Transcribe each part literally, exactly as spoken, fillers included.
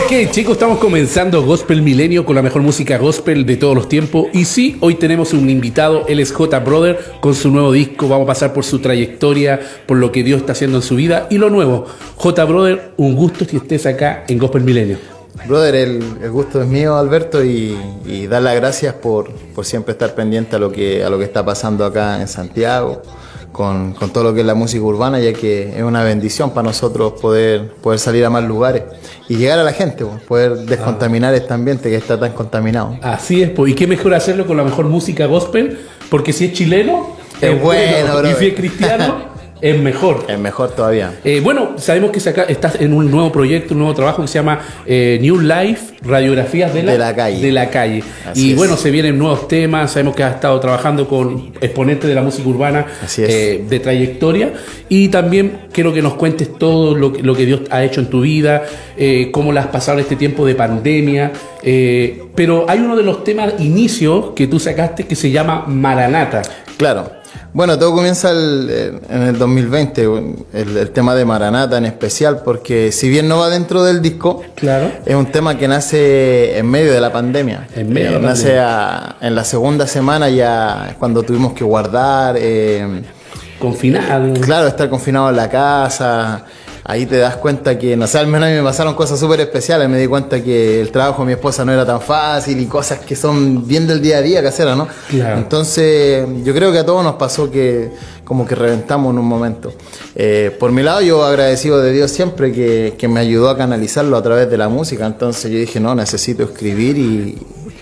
Ok, chicos, estamos comenzando Gospel Milenio con la mejor música gospel de todos los tiempos. Y sí, hoy tenemos un invitado, él es J. Brother, con su nuevo disco. Vamos a pasar por su trayectoria, por lo que Dios está haciendo en su vida y lo nuevo. J. Brother, un gusto que estés acá en Gospel Milenio. Brother, el, el gusto es mío, Alberto, y, y dar las gracias por, por siempre estar pendiente a lo que, a lo que está pasando acá en Santiago, con, con todo lo que es la música urbana, ya que es una bendición para nosotros poder, poder salir a más lugares y llegar a la gente, poder descontaminar ah. este ambiente que está tan contaminado. Así es, pues, y qué mejor hacerlo con la mejor música gospel, porque si es chileno, es, es bueno, bueno, y si es cristiano, es mejor. Es mejor todavía. Eh, bueno, sabemos que acá estás en un nuevo proyecto, un nuevo trabajo que se llama eh, New Life, radiografías de la, de la calle. De la calle. Así y es. Bueno, se vienen nuevos temas, sabemos que has estado trabajando con exponentes de la música urbana eh, de trayectoria. Y también quiero que nos cuentes todo lo que, lo que Dios ha hecho en tu vida, eh, cómo la has pasado este tiempo de pandemia. Eh, pero hay uno de los temas inicios que tú sacaste que se llama Maranata. Claro. Bueno, todo comienza el, en el dos mil veinte, el, el tema de Maranata en especial, porque si bien no va dentro del disco, claro, es un tema que nace en medio de la pandemia. En medio de la nace pandemia. A, en la segunda semana ya cuando tuvimos que guardar. Eh, Confinado. Claro, estar confinado en la casa. Ahí te das cuenta que, no sé, al menos a mí me pasaron cosas súper especiales. Me di cuenta que el trabajo de mi esposa no era tan fácil y cosas que son bien del día a día caseras, ¿no? Claro. Entonces, yo creo que a todos nos pasó que como que reventamos en un momento. Eh, por mi lado, yo agradecido de Dios siempre que, que me ayudó a canalizarlo a través de la música. Entonces yo dije, no, necesito escribir y...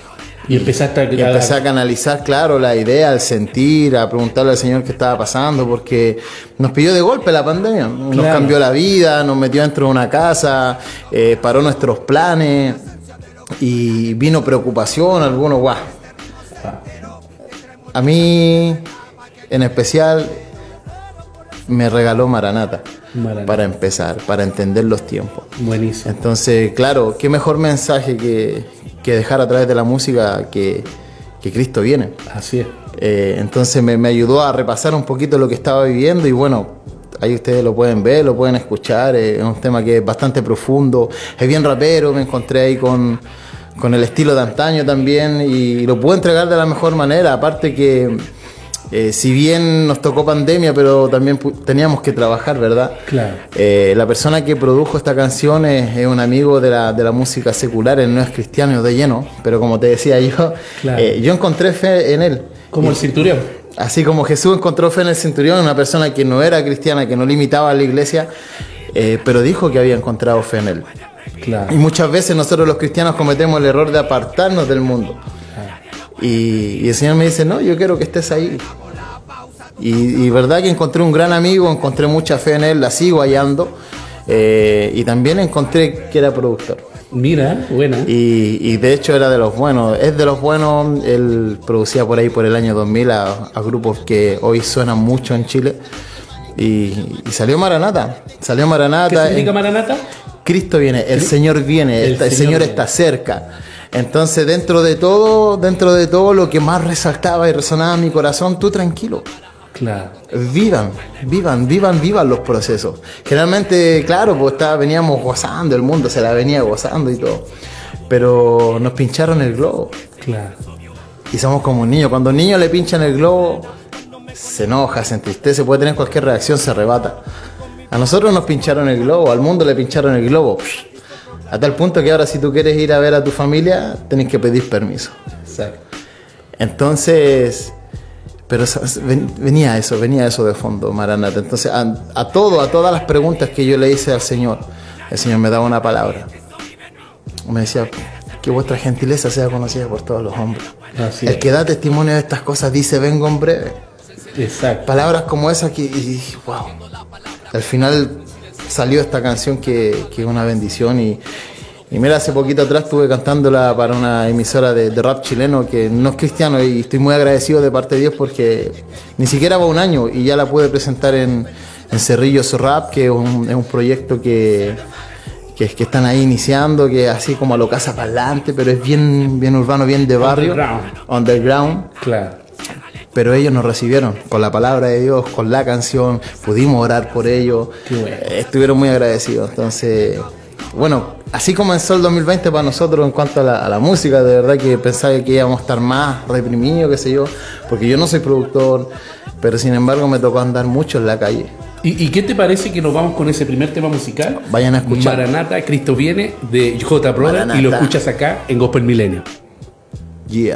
Y empezaste a, y empecé a canalizar, claro, la idea, el sentir, a preguntarle al Señor qué estaba pasando, porque nos pilló de golpe la pandemia, nos claro. cambió la vida, nos metió dentro de una casa, eh, paró nuestros planes y vino preocupación, algunos, guau. A mí, en especial, me regaló Maranata. Maranata. Para empezar, para entender los tiempos. Buenísimo. Entonces, claro, qué mejor mensaje que, que dejar a través de la música que, que Cristo viene. Así es. Eh, entonces me, me ayudó a repasar un poquito lo que estaba viviendo y bueno, ahí ustedes lo pueden ver, lo pueden escuchar. Eh, es un tema que es bastante profundo, es bien rapero, me encontré ahí con, con el estilo de antaño también y lo pude entregar de la mejor manera, aparte que... Eh, si bien nos tocó pandemia, pero también teníamos que trabajar, ¿verdad? Claro. Eh, la persona que produjo esta canción es, es un amigo de la, de la música secular, él no es cristiano de lleno, pero como te decía yo, claro. eh, yo encontré fe en él. Como y, el centurión. Así como Jesús encontró fe en el centurión, una persona que no era cristiana, que no limitaba a la iglesia, eh, pero dijo que había encontrado fe en él. Claro. Y muchas veces nosotros los cristianos cometemos el error de apartarnos del mundo. Y, y el Señor me dice, no, yo quiero que estés ahí. Y, y verdad que encontré un gran amigo, encontré mucha fe en él, la sigo hallando. Eh, y también encontré que era productor. Mira, buena. Y, y de hecho era de los buenos, es de los buenos. Él producía por ahí por el año dos mil a, a grupos que hoy suenan mucho en Chile. Y, y salió Maranata, salió Maranata. ¿Qué significa en, Maranata? Cristo viene, el Señor viene, el, el Señor, Señor está cerca. Entonces dentro de todo, dentro de todo lo que más resaltaba y resonaba en mi corazón, tú tranquilo. Claro. Vivan, vivan, vivan, vivan los procesos. Generalmente, claro, pues está, veníamos gozando, el mundo se la venía gozando y todo. Pero nos pincharon el globo. Claro. Y somos como un niño. Cuando a un niño le pinchan el globo, se enoja, se entristece, puede tener cualquier reacción, se arrebata. A nosotros nos pincharon el globo, al mundo le pincharon el globo. A tal punto que ahora si tú quieres ir a ver a tu familia, tenés que pedir permiso. Exacto. Entonces... Pero venía eso, venía eso de fondo, Maranata. Entonces, a, a todo, a todas las preguntas que yo le hice al Señor, el Señor me daba una palabra. Me decía, que vuestra gentileza sea conocida por todos los hombres. Así el es. que da testimonio de estas cosas dice, vengo en breve. Exacto. Palabras como esas que, y, wow. Al final salió esta canción que, que es una bendición y... Y mira, hace poquito atrás estuve cantándola para una emisora de, de rap chileno que no es cristiano y estoy muy agradecido de parte de Dios porque ni siquiera va un año y ya la pude presentar en, en Cerrillos Rap, que es un, es un proyecto que, que, que están ahí iniciando, que es así como a lo casa para adelante, pero es bien, bien urbano, bien de barrio. Underground. Underground. Claro. Pero ellos nos recibieron con la palabra de Dios, con la canción, pudimos orar por ellos. Qué bueno. Eh, estuvieron muy agradecidos. Entonces, bueno, así comenzó el dos mil veinte para nosotros en cuanto a la, a la música. De verdad que pensaba que íbamos a estar más reprimidos, qué sé yo, porque yo no soy productor, pero sin embargo me tocó andar mucho en la calle. ¿Y, ¿Y qué te parece que nos vamos con ese primer tema musical? Vayan a escuchar. Maranata, Cristo viene, de J. Brother, Maranata. y lo escuchas acá en Gospel Milenio. Yeah.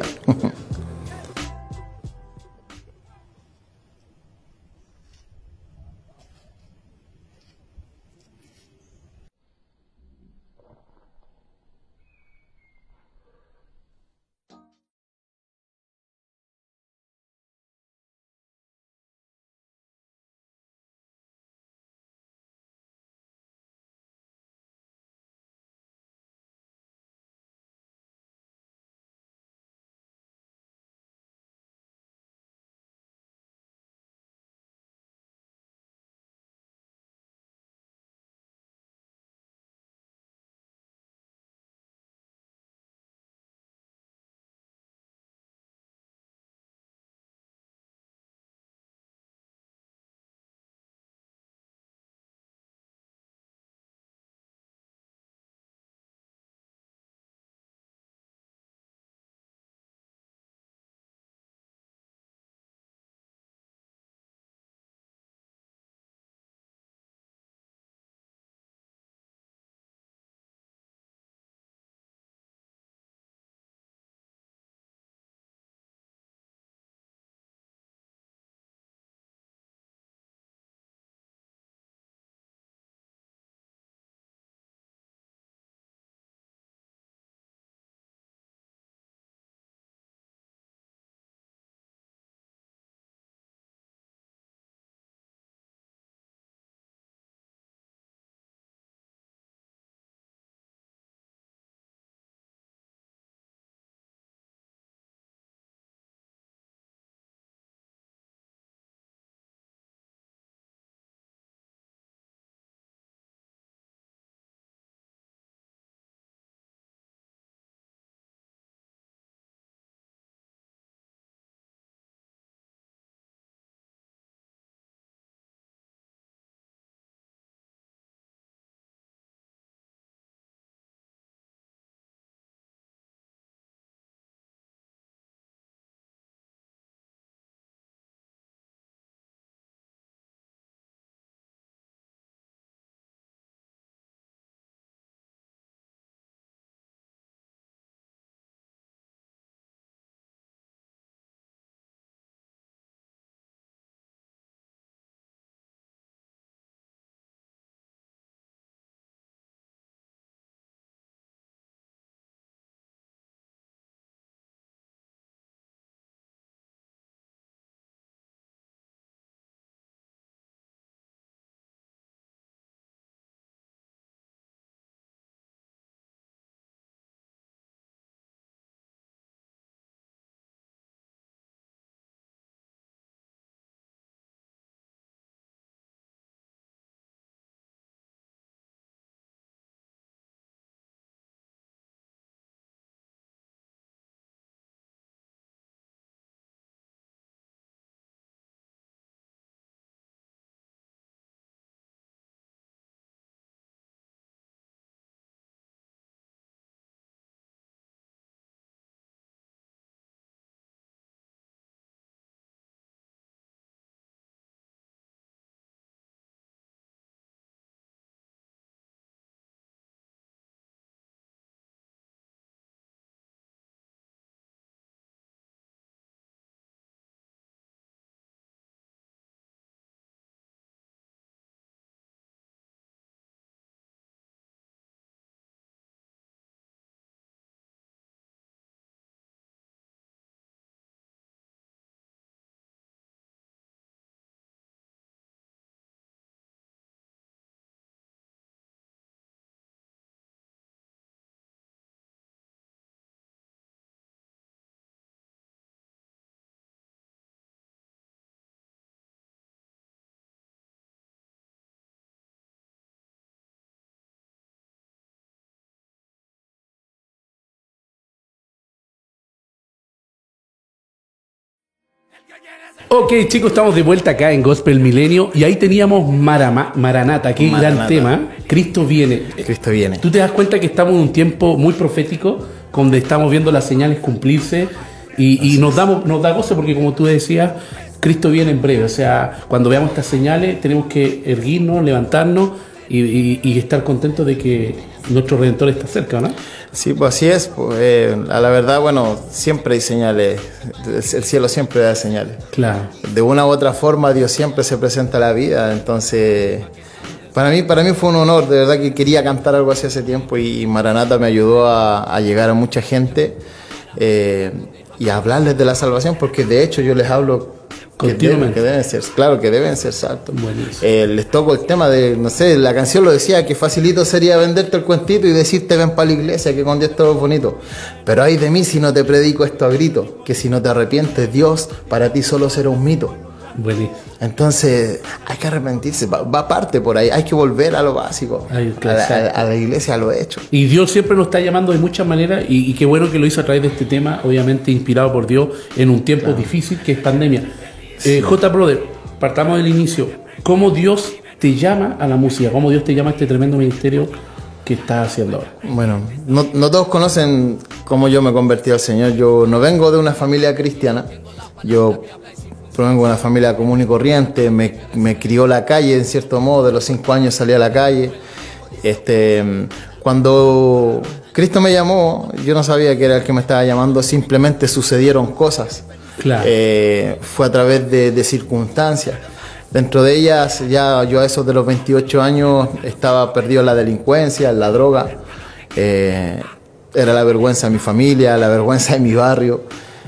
Ok, chicos, estamos de vuelta acá en Gospel Milenio y ahí teníamos Marama, Maranata, qué Maranata. Gran tema. Cristo viene. Cristo viene. Tú te das cuenta que estamos en un tiempo muy profético, donde estamos viendo las señales cumplirse y, y nos, damos, nos da gozo porque, como tú decías, Cristo viene en breve. O sea, cuando veamos estas señales tenemos que erguirnos, levantarnos y, y, y estar contentos de que nuestro Redentor está cerca, ¿no? Sí, pues así es. Pues, eh, a la verdad, bueno, siempre hay señales. El cielo siempre da señales. Claro. De una u otra forma, Dios siempre se presenta a la vida. Entonces, para mí, para mí fue un honor. De verdad que quería cantar algo así hace tiempo y Maranata me ayudó a, a llegar a mucha gente eh, y a hablarles de la salvación, porque de hecho yo les hablo continuamente. Que deben, que deben ser, claro, que deben ser saltos. Eh, les toco el tema de, no sé, la canción lo decía, que facilito sería venderte el cuentito y decirte ven para la iglesia, que con Dios todo es bonito. Pero ay de mí si no te predico esto a grito, que si no te arrepientes, Dios para ti solo será un mito. Buenísimo. Entonces hay que arrepentirse, va, va parte por ahí, hay que volver a lo básico, ay, a, la, a, a la iglesia, a lo hecho. Y Dios siempre nos está llamando de muchas maneras y, y qué bueno que lo hizo a través de este tema, obviamente inspirado por Dios en un tiempo claro. difícil que es pandemia. Sí. Eh, J. Brother, partamos del inicio. ¿Cómo Dios te llama a la música? ¿Cómo Dios te llama a este tremendo ministerio que estás haciendo ahora? Bueno, no, no todos conocen cómo yo me convertí al Señor. Yo no vengo de una familia cristiana. Yo provengo de una familia común y corriente. Me, me crió la calle, en cierto modo. De los cinco años salí a la calle. Este, cuando Cristo me llamó, yo no sabía que era el que me estaba llamando. Simplemente sucedieron cosas. Claro. Eh, fue a través de, de circunstancias. Dentro de ellas, ya yo a esos de los veintiocho años estaba perdido en la delincuencia, en la droga. Eh, era la vergüenza de mi familia, la vergüenza de mi barrio.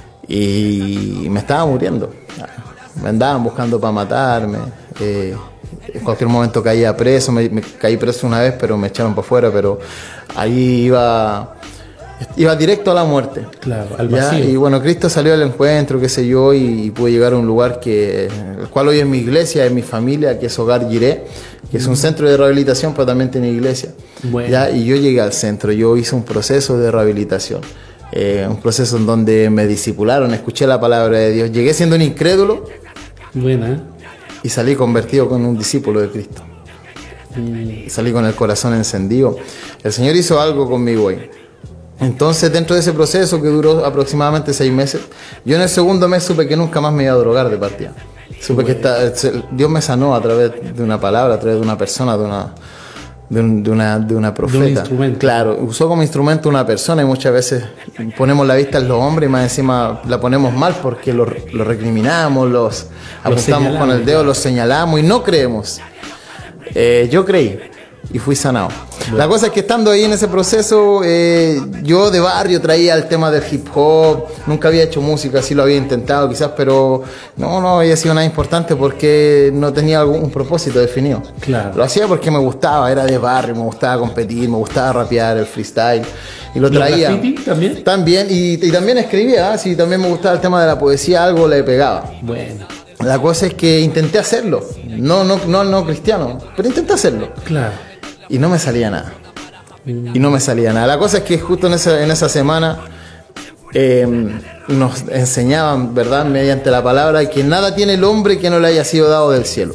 Y me estaba muriendo. Me andaban buscando para matarme. Eh, en cualquier momento caía preso. Me, me caí preso una vez, pero me echaron para afuera. Pero ahí iba... Iba directo a la muerte. Claro, al vacío. Y bueno, Cristo salió al encuentro, qué sé yo, y, y pude llegar a un lugar que, el cual hoy es mi iglesia, es mi familia, que es Hogar Jiré, que es un centro de rehabilitación, pero también tiene iglesia. Bueno. ¿Ya? Y yo llegué al centro, yo hice un proceso de rehabilitación, eh, un proceso en donde me discipularon, escuché la palabra de Dios. Llegué siendo un incrédulo. Buena, ¿eh? Y salí convertido con un discípulo de Cristo. Mm. Salí con el corazón encendido. El Señor hizo algo conmigo hoy. Entonces, dentro de ese proceso que duró aproximadamente seis meses, yo en el segundo mes supe que nunca más me iba a drogar de partida. Supe que está, Dios me sanó a través de una palabra, a través de una persona, de una, de, un, de una, de una profeta. De un instrumento. Claro, usó como instrumento una persona y muchas veces ponemos la vista en los hombres y más encima la ponemos mal porque los lo recriminamos, los apuntamos con el dedo, los señalamos y no creemos. Eh, yo creí y fui sanado. Bueno. La cosa es que estando ahí en ese proceso, eh, yo de barrio traía el tema del hip hop, nunca había hecho música, sí lo había intentado quizás, pero no, no había sido nada importante porque no tenía algún propósito definido. Claro. Lo hacía porque me gustaba, era de barrio, me gustaba competir, me gustaba rapear, el freestyle, y lo traía. ¿Graffiti también? También, y, y también escribía, ¿eh? Sí, también me gustaba el tema de la poesía, algo le pegaba. Bueno. La cosa es que intenté hacerlo, no, no, no, no cristiano, pero intenté hacerlo. Claro. Y no me salía nada. Y no me salía nada. La cosa es que justo en esa, en esa semana eh, nos enseñaban, ¿verdad?, mediante la palabra, que nada tiene el hombre que no le haya sido dado del cielo.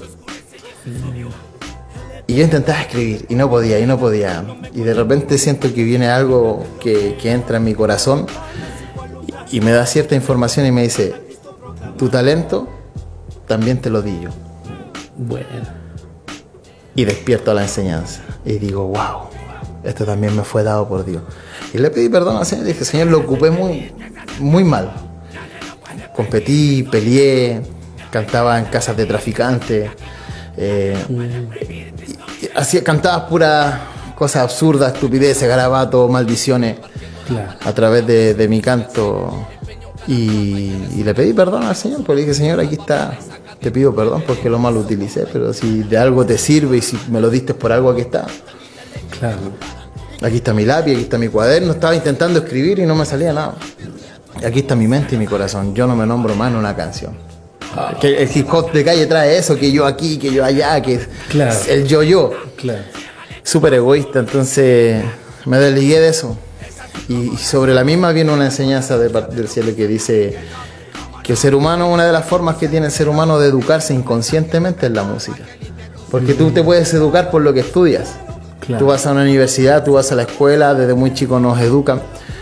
Y yo intentaba escribir y no podía, y no podía. Y de repente siento que viene algo que, que entra en mi corazón y, y me da cierta información y me dice, tu talento también te lo di yo. Bueno. Y despierto a la enseñanza. Y digo, wow, esto también me fue dado por Dios. Y le pedí perdón al Señor. Dije, Señor, lo ocupé muy, muy mal. Competí, peleé, cantaba en casas de traficantes. Eh, y, y, hacía, cantaba puras cosas absurdas, estupideces, garabatos, maldiciones. Claro. A través de, de mi canto. Y, y le pedí perdón al Señor. Porque le dije, Señor, aquí está. Te pido perdón porque lo mal utilicé, pero si de algo te sirve y si me lo diste por algo, aquí está. Claro. Aquí está mi lápiz, aquí está mi cuaderno. Estaba intentando escribir y no me salía nada. Aquí está mi mente y mi corazón. Yo no me nombro más en una canción. Oh. Que el hip hop de calle trae eso, que yo aquí, que yo allá, que claro. el yo-yo. Claro. Súper egoísta, entonces me desligué de eso. Y sobre la misma viene una enseñanza de, del cielo que dice... Que el ser humano, una de las formas que tiene el ser humano de educarse inconscientemente es la música. Porque tú te puedes educar por lo que estudias. Claro. Tú vas a una universidad, tú vas a la escuela, desde muy chico nos educan.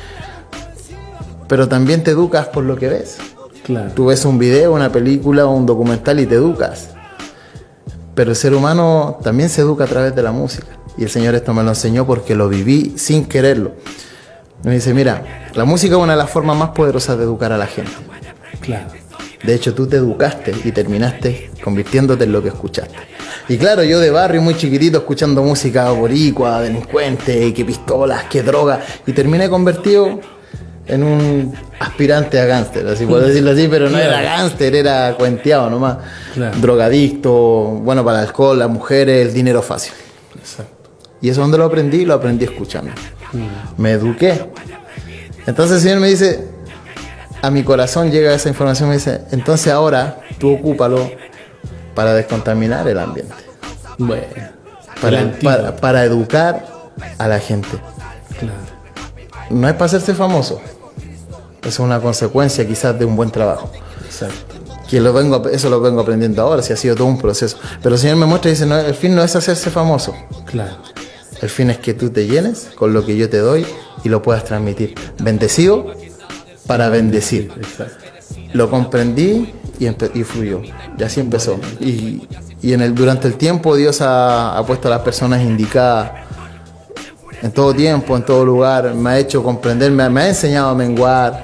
Pero también te educas por lo que ves. Claro. Tú ves un video, una película o un documental y te educas. Pero el ser humano también se educa a través de la música. Y el Señor esto me lo enseñó porque lo viví sin quererlo. Me dice, mira, la música es una de las formas más poderosas de educar a la gente. Claro. De hecho, tú te educaste y terminaste convirtiéndote en lo que escuchaste. Y claro, yo de barrio muy chiquitito escuchando música boricua, delincuente, que pistolas, que droga, y terminé convertido en un aspirante a gángster, así puedo decirlo así, pero no claro. era gángster, era cuenteado nomás. Claro. Drogadicto, bueno para el alcohol, las mujeres, el dinero fácil. Exacto. Y eso donde lo aprendí, lo aprendí escuchando. Mm. Me eduqué. Entonces el Señor me dice, a mi corazón llega esa información, me dice, entonces ahora tú ocúpalo para descontaminar el ambiente. Bueno, para, para, para educar a la gente. Claro. No es para hacerse famoso. Es una consecuencia quizás de un buen trabajo. Exacto. Que lo vengo, eso lo vengo aprendiendo ahora, si ha sido todo un proceso. Pero el Señor me muestra y dice, no, el fin no es hacerse famoso. Claro. El fin es que tú te llenes con lo que yo te doy y lo puedas transmitir. Bendecido para bendecir. Exacto. Lo comprendí y, y fluyó. Y así empezó. Y, y en el, durante el tiempo Dios ha, ha puesto a las personas indicadas en todo tiempo, en todo lugar. Me ha hecho comprender, me, me ha enseñado a menguar,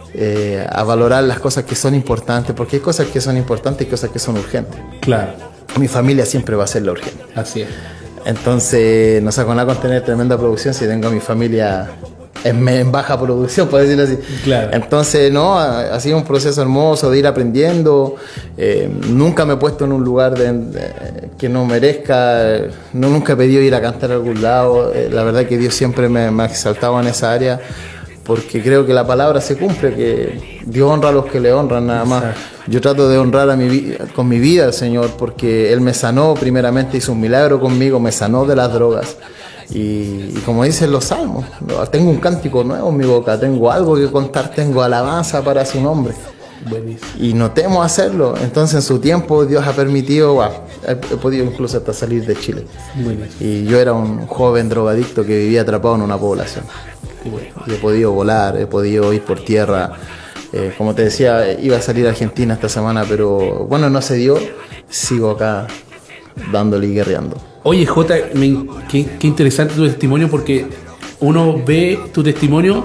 eh, a valorar las cosas que son importantes, porque hay cosas que son importantes y cosas que son urgentes. Claro. Mi familia siempre va a ser la urgente. Así es. Entonces, no saco nada con tener tremenda producción si tengo a mi familia en, en baja producción, por decirlo así. Claro. Entonces, no, ha, ha sido un proceso hermoso de ir aprendiendo. Eh, nunca me he puesto en un lugar de, de, que no merezca. No, nunca he pedido ir a cantar a algún lado. Eh, la verdad que Dios siempre me, me ha exaltado en esa área, porque creo que la palabra se cumple, que Dios honra a los que le honran, nada más. Exacto. Yo trato de honrar a mi, con mi vida al Señor, porque Él me sanó, primeramente hizo un milagro conmigo, me sanó de las drogas. Y, y como dicen los salmos, tengo un cántico nuevo en mi boca, tengo algo que contar, tengo alabanza para su nombre. Buenísimo. Y no temo hacerlo. Entonces en su tiempo Dios ha permitido, wow, he, he podido incluso hasta salir de Chile. Buenísimo. Y yo era un joven drogadicto que vivía atrapado en una población. Bueno, y he podido volar, he podido ir por tierra. Eh, como te decía, iba a salir a Argentina esta semana, pero bueno, no se dio. Sigo acá dándole y guerreando. Oye, Jota, me, qué, qué interesante tu testimonio, porque uno ve tu testimonio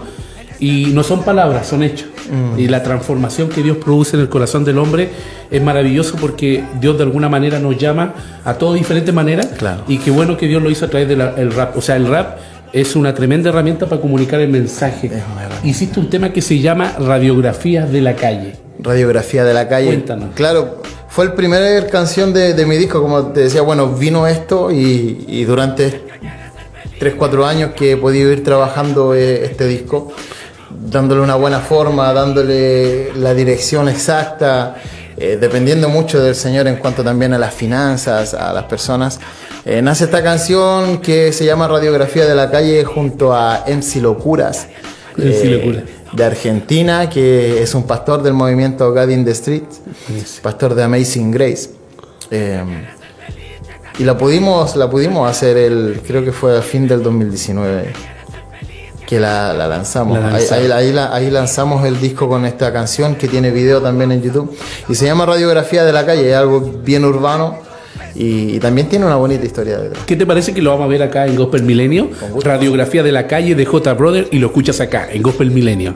y no son palabras, son hechos. Mm. Y la transformación que Dios produce en el corazón del hombre es maravilloso, porque Dios de alguna manera nos llama a todos de diferentes maneras. Claro. Y qué bueno que Dios lo hizo a través del rap. O sea, el rap es una tremenda herramienta para comunicar el mensaje. Hiciste un tema que se llama Radiografías de la Calle. Radiografía de la Calle. Cuéntanos. Claro, fue el primer canción de, de mi disco, como te decía, bueno, vino esto y, y durante tres, cuatro años que he podido ir trabajando eh, este disco, dándole una buena forma, dándole la dirección exacta, eh, dependiendo mucho del Señor en cuanto también a las finanzas, a las personas. Eh, nace esta canción que se llama Radiografía de la Calle junto a M C Locuras, M C Locura. eh, de Argentina, que es un pastor del movimiento God in the Street, yes. pastor de Amazing Grace. Eh, y la pudimos, la pudimos hacer, el, creo que fue a fin del dos mil diecinueve que la, la lanzamos. La ahí, ahí, ahí, ahí lanzamos el disco con esta canción que tiene video también en YouTube y se llama Radiografía de la Calle, es algo bien urbano. Y, y también tiene una bonita historia detrás. ¿Qué te parece que lo vamos a ver acá en Gospel Milenio? Radiografía de la Calle de J Brother, y lo escuchas acá en Gospel Milenio.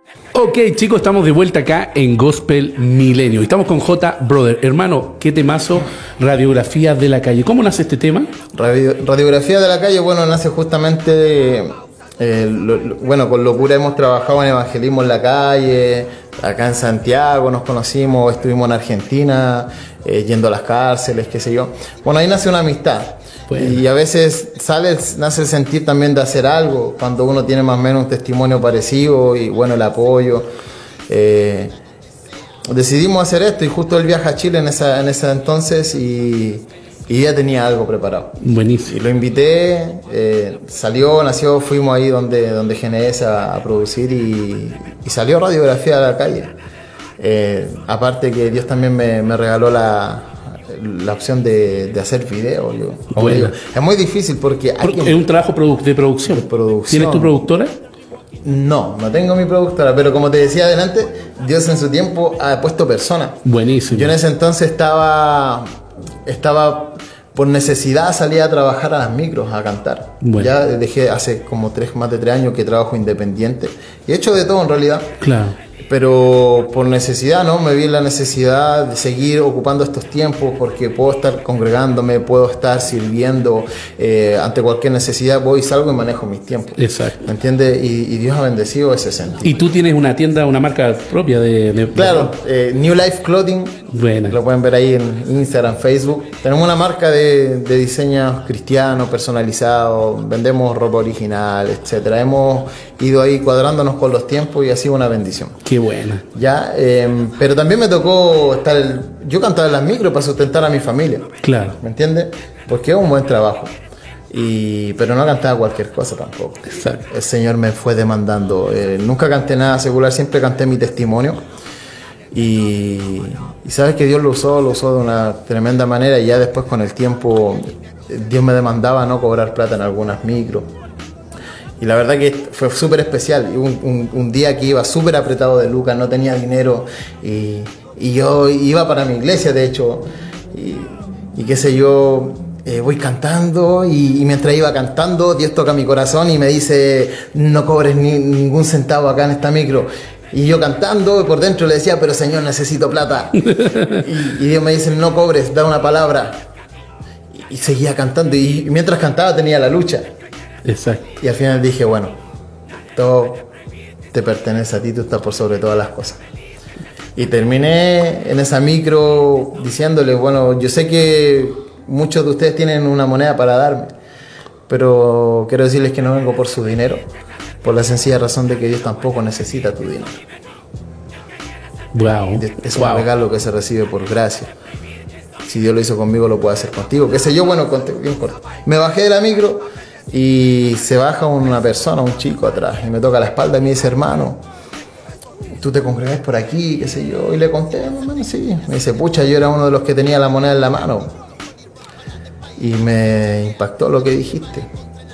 Ok, chicos, estamos de vuelta acá en Gospel Milenio. Estamos con J. Brother. Hermano, qué temazo, Radiografía de la Calle. ¿Cómo nace este tema? Radio, Radiografía de la Calle, bueno, nace justamente, eh, lo, lo, bueno, con Locura hemos trabajado en evangelismo en la calle, acá en Santiago nos conocimos, estuvimos en Argentina, eh, yendo a las cárceles, qué sé yo. Bueno, ahí nace una amistad. Bueno. Y a veces sale, nace el sentir también de hacer algo, cuando uno tiene más o menos un testimonio parecido y bueno, el apoyo. Eh, decidimos hacer esto y justo él viaja a Chile en esa, en ese entonces y, y ya tenía algo preparado. Buenísimo. Y lo invité, eh, salió, nació, fuimos ahí donde, donde G N S a, a producir y, y salió Radiografía de la Calle. Eh, aparte que Dios también me, me regaló la... la opción de, de hacer video. Yo, bueno. digo, es muy difícil porque... Alguien, es un trabajo produ de, producción. de producción. ¿Tienes tu productora? No, no tengo mi productora, pero como te decía adelante, Dios en su tiempo ha puesto personas. Buenísimo. Yo en ese entonces estaba, estaba por necesidad, salía a trabajar a las micros, a cantar. Bueno. Ya dejé hace como tres, más de tres años que trabajo independiente. Y he hecho de todo en realidad. Claro. Pero por necesidad, ¿no? Me vi la necesidad de seguir ocupando estos tiempos porque puedo estar congregándome, puedo estar sirviendo, eh, ante cualquier necesidad voy, salgo y manejo mis tiempos. Exacto. ¿Me entiendes? Y, y Dios ha bendecido ese sentido. ¿Y tú tienes una tienda, una marca propia de...? de claro, eh, New Life Clothing. Buena. Lo pueden ver ahí en Instagram, Facebook. Tenemos una marca de, de diseños cristianos, personalizados, vendemos ropa original, etcétera. Hemos ido ahí cuadrándonos con los tiempos y ha sido una bendición. Qué buena. Ya, eh, pero también me tocó estar, el, yo cantaba en las micros para sustentar a mi familia. Claro. ¿Me entiendes? Porque es un buen trabajo. Y, pero no cantaba cualquier cosa tampoco. Exacto. El Señor me fue demandando. Eh, nunca canté nada secular, siempre canté mi testimonio. Y, y sabes que Dios lo usó, lo usó de una tremenda manera. Y ya después con el tiempo, Dios me demandaba no cobrar plata en algunas micros. Y la verdad que fue súper especial. Un, un, un día que iba súper apretado de lucas, no tenía dinero. Y, y yo iba para mi iglesia, de hecho. Y, y qué sé yo, eh, voy cantando. Y, y mientras iba cantando, Dios toca mi corazón y me dice: no cobres ni, ningún centavo acá en esta micro. Y yo cantando, y por dentro le decía: pero Señor, necesito plata. y, y Dios me dice: no cobres, da una palabra. Y, y seguía cantando. Y, y mientras cantaba tenía la lucha. Exacto. Y al final dije: bueno, todo te pertenece a ti, tú estás por sobre todas las cosas. Y terminé en esa micro diciéndole: bueno, yo sé que muchos de ustedes tienen una moneda para darme, pero quiero decirles que no vengo por su dinero, por la sencilla razón de que Dios tampoco necesita tu dinero. Wow. Es wow. un regalo que se recibe por gracia. Si Dios lo hizo conmigo, lo puede hacer contigo. Qué sé yo, bueno, bien corto. Me bajé de la micro y se baja una persona, un chico atrás, y me toca la espalda y me dice: hermano, tú te congregás por aquí, qué sé yo. Y le conté: hermano, sí. Me dice: pucha, yo era uno de los que tenía la moneda en la mano. Y me impactó lo que dijiste.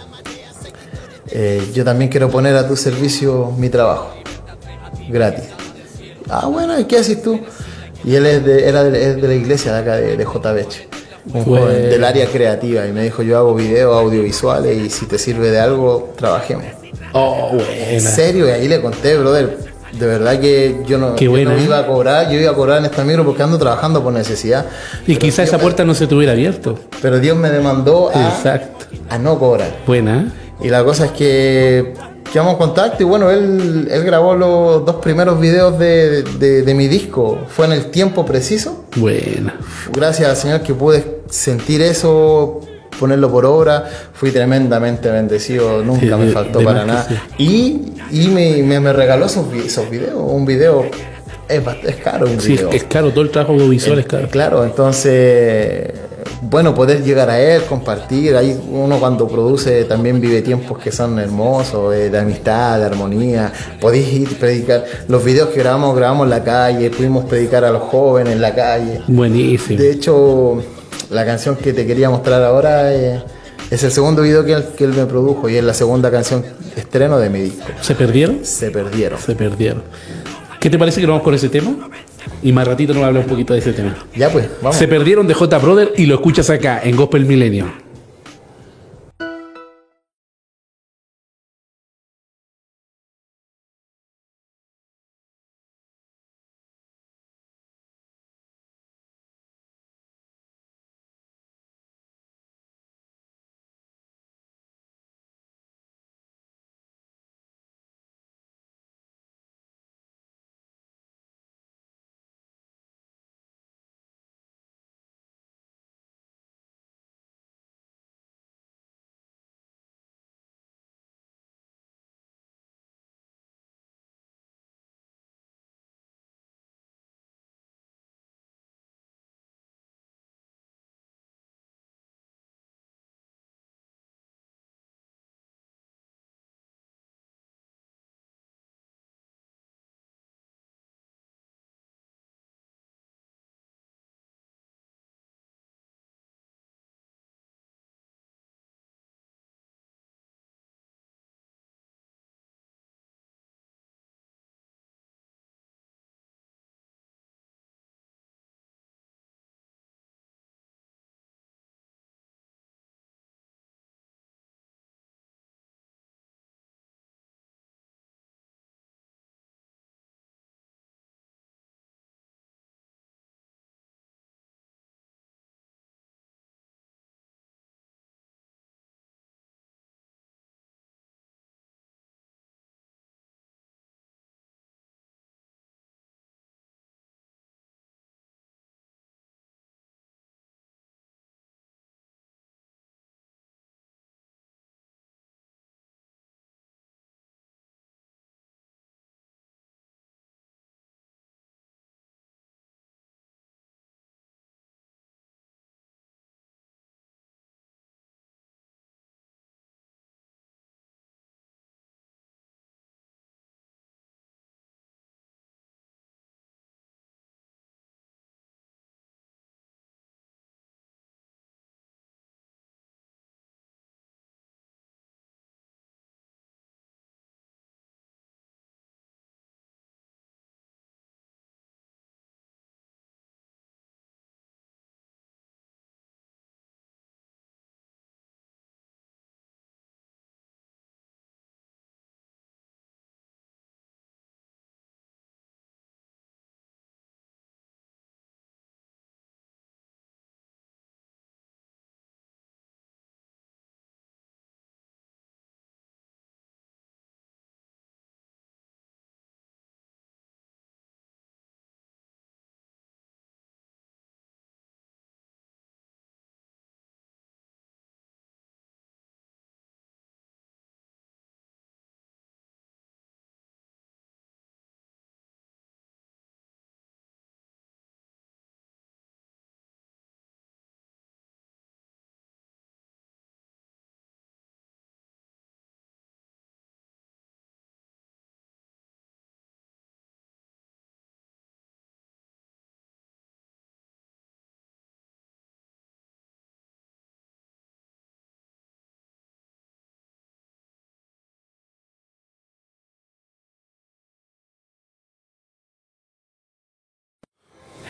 Eh, yo también quiero poner a tu servicio mi trabajo, gratis. Ah, bueno, ¿y qué haces tú? Y él es de, era de, es de la iglesia de acá, de, de J B H, un Fue... joven del área creativa. Y me dijo: yo hago videos audiovisuales y si te sirve de algo, trabajemos. Oh, buena. En serio, y ahí le conté: brother, de verdad que yo no, yo no iba a cobrar, yo iba a cobrar en esta micro porque ando trabajando por necesidad. Y quizás esa puerta me... no se te hubiera abierto. Pero Dios me demandó a, Exacto. a no cobrar. Buena. Y la cosa es que quedamos en contacto y bueno, él, él grabó los dos primeros videos de, de, de mi disco. Fue en el tiempo preciso. Buena. Gracias al Señor que pude sentir eso, ponerlo por obra. Fui tremendamente bendecido, nunca sí, me faltó para nada. Sí. Y, y me, me, me regaló esos, esos videos. Un video es, es caro. Un sí, video. Es caro, todo el trabajo audiovisual es, es caro. Claro, entonces, bueno, poder llegar a él, compartir. Ahí uno cuando produce también vive tiempos que son hermosos, de, de amistad, de armonía. Podéis ir a predicar. Los videos que grabamos, grabamos en la calle, pudimos predicar a los jóvenes en la calle. Buenísimo. De hecho, la canción que te quería mostrar ahora es, es el segundo video que él, que él me produjo y es la segunda canción estreno de mi disco. ¿Se perdieron? Se perdieron. Se perdieron. ¿Qué te parece que nos vamos con ese tema? Y más ratito nos habla un poquito de ese tema. Ya pues, vamos. Se perdieron de J. Brother y lo escuchas acá en Gospel Milenio.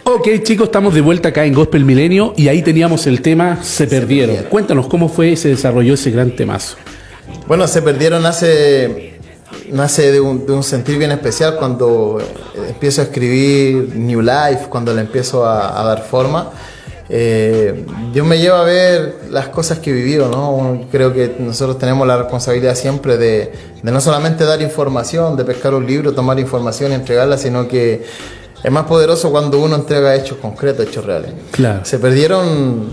Ok, chicos, estamos de vuelta acá en Gospel Milenio y ahí teníamos el tema Se Perdieron. Se perdieron. Cuéntanos cómo fue, se desarrolló ese gran temazo. Bueno, Se Perdieron nace, nace de, un, de un sentir bien especial cuando empiezo a escribir New Life, cuando le empiezo a, a dar forma. Eh, Dios me lleva a ver las cosas que he vivido, ¿no? Creo que nosotros tenemos la responsabilidad siempre de, de no solamente dar información, de pescar un libro, tomar información y entregarla, sino que es más poderoso cuando uno entrega hechos concretos, hechos reales. Claro. Se Perdieron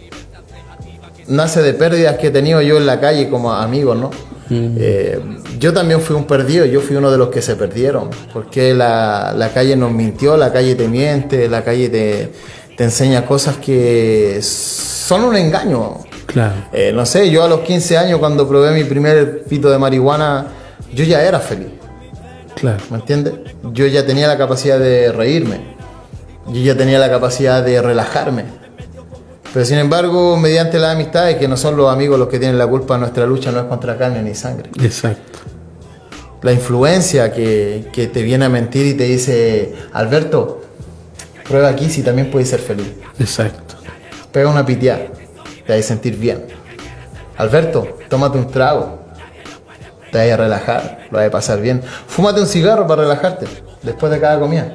nace de pérdidas que he tenido yo en la calle como amigos, ¿no? Mm. Eh, yo también fui un perdido, yo fui uno de los que se perdieron, porque la, la calle nos mintió, la calle te miente, la calle te... te enseña cosas que son un engaño. Claro. Eh, no sé, yo a los quince años cuando probé mi primer pito de marihuana, yo ya era feliz. Claro. ¿Me entiendes? Yo ya tenía la capacidad de reírme. Yo ya tenía la capacidad de relajarme. Pero sin embargo, mediante las amistades, que no son los amigos los que tienen la culpa, nuestra lucha no es contra carne ni sangre. Exacto. La influencia que, que te viene a mentir y te dice, Alberto, prueba aquí si también puedes ser feliz. Exacto. Pega una piteada, te vas a sentir bien. Alberto, tómate un trago, te vas a relajar, lo vas a pasar bien. Fúmate un cigarro para relajarte después de cada comida.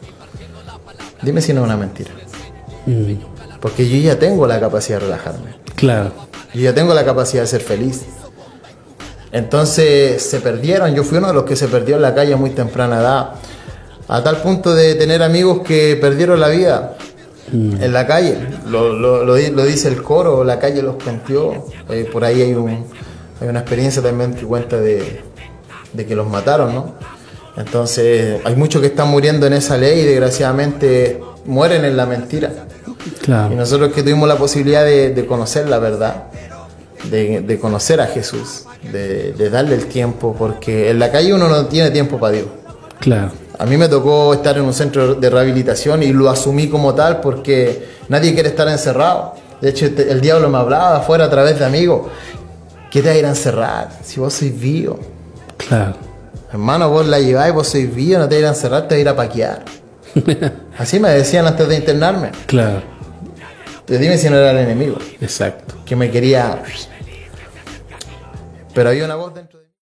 Dime si no es una mentira. Mm. Porque yo ya tengo la capacidad de relajarme. Claro. Yo ya tengo la capacidad de ser feliz. Entonces se perdieron. Yo fui uno de los que se perdió en la calle a muy temprana edad. A tal punto de tener amigos que perdieron la vida mm. en la calle. Lo, lo, lo, lo dice el coro, la calle los planteó. Eh, por ahí hay, un, hay una experiencia también que cuenta de, de que los mataron, ¿no? Entonces hay muchos que están muriendo en esa ley y desgraciadamente mueren en la mentira. Claro. Y nosotros que tuvimos la posibilidad de, de conocer la verdad, de, de conocer a Jesús, de, de darle el tiempo, porque en la calle uno no tiene tiempo para Dios. Claro. A mí me tocó estar en un centro de rehabilitación y lo asumí como tal porque nadie quiere estar encerrado. De hecho, el diablo me hablaba afuera a través de amigos. ¿Qué te va a ir a encerrar si vos sois vivo? Claro. Hermano, vos la lleváis, vos sois vivo, no te va a ir a encerrar, te va a ir a paquear. Así me decían antes de internarme. Claro. Pero dime si no era el enemigo. Exacto. Que me quería... Pero había una voz dentro de mí.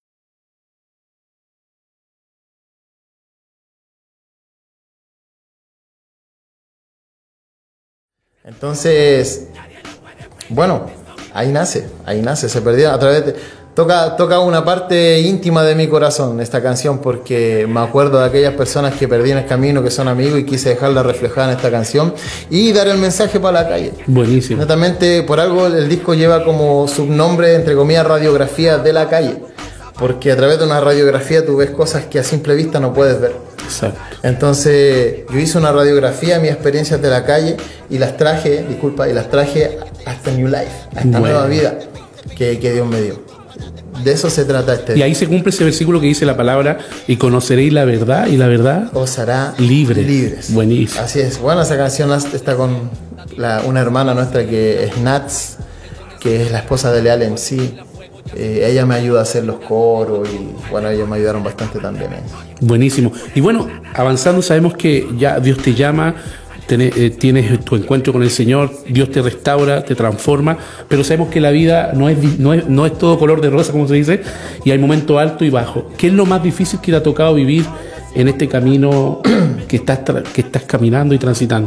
Entonces, bueno, ahí nace, ahí nace, se perdió a través de... Toca, toca una parte íntima de mi corazón esta canción porque me acuerdo de aquellas personas que perdí en el camino, que son amigos y quise dejarla reflejada en esta canción y dar el mensaje para la calle. Buenísimo. Netamente, por algo el disco lleva como subnombre, entre comillas, Radiografía de la Calle, porque a través de una radiografía tú ves cosas que a simple vista no puedes ver. Exacto. Entonces yo hice una radiografía de mis experiencias de la calle y las traje, disculpa, y las traje a esta New Life, a esta bueno. nueva vida que, que Dios me dio. De eso se trata este. Y ahí se cumple ese versículo que dice la palabra: y conoceréis la verdad, y la verdad os hará libre. libres. Buenísimo. Así es. Bueno, esa canción está con la, una hermana nuestra que es Nats, que es la esposa de Leal M C. Eh, ella me ayuda a hacer los coros y bueno, ellos me ayudaron bastante también. Eh. Buenísimo. Y bueno, avanzando, sabemos que ya Dios te llama. Tienes, eh, tienes tu encuentro con el Señor, Dios te restaura, te transforma, pero sabemos que la vida no es, no es, no es todo color de rosa, como se dice, y hay momentos altos y bajos. ¿Qué es lo más difícil que te ha tocado vivir en este camino que estás, que estás caminando y transitando?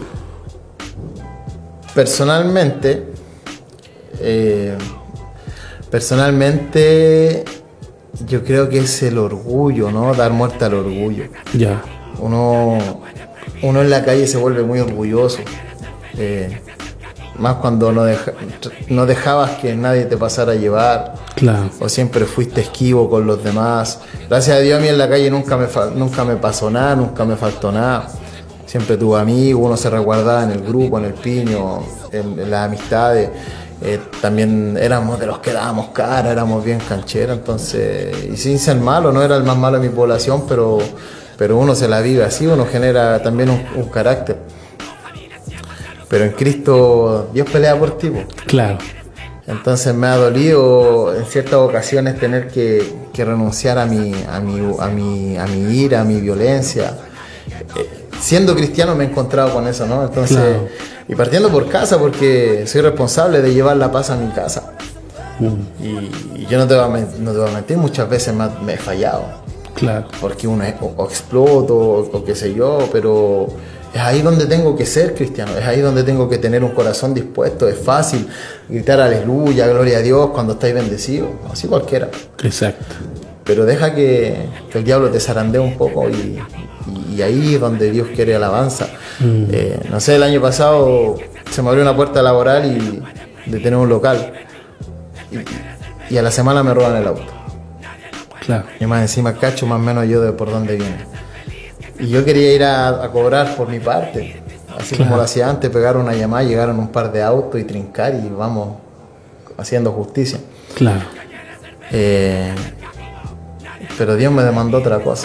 Personalmente, eh, personalmente yo creo que es el orgullo, ¿no? Dar muerte al orgullo. Ya. Uno... Uno en la calle se vuelve muy orgulloso, eh, más cuando no, deja, no dejabas que nadie te pasara a llevar, claro. O siempre fuiste esquivo con los demás. Gracias a Dios a mí en la calle nunca me, nunca me pasó nada, nunca me faltó nada. Siempre tuve amigos, uno se resguardaba en el grupo, en el piño, en, en las amistades. Eh, también éramos de los que dábamos cara, éramos bien cancheros, entonces, y sin ser malo, no era el más malo de mi población, pero... pero uno se la vive así, uno genera también un, un carácter. Pero en Cristo Dios pelea por ti. Claro. Entonces me ha dolido en ciertas ocasiones tener que, que renunciar a mi, a, mi, a, mi, a mi ira, a mi violencia. Eh, siendo cristiano me he encontrado con eso, ¿no? Entonces, claro. Y partiendo por casa, porque soy responsable de llevar la paz a mi casa. Mm. Y, y yo no te, voy a, no te voy a mentir, muchas veces me, me he fallado. Claro. Porque uno es, o, o exploto, o, o qué sé yo, pero es ahí donde tengo que ser cristiano, es ahí donde tengo que tener un corazón dispuesto. Es fácil gritar aleluya, gloria a Dios cuando estáis bendecidos, así cualquiera. Exacto. Pero deja que, que el diablo te zarandee un poco y, y, y ahí es donde Dios quiere alabanza. Mm. Eh, no sé, el año pasado se me abrió una puerta laboral y de tener un local y, y a la semana me roban el auto. Claro. Y más encima cacho más o menos yo de por dónde viene. Y yo quería ir a, a cobrar por mi parte, así claro. como lo hacía antes, pegar una llamada, llegaron un par de autos y trincar y vamos haciendo justicia. Claro. Eh, pero Dios me demandó otra cosa.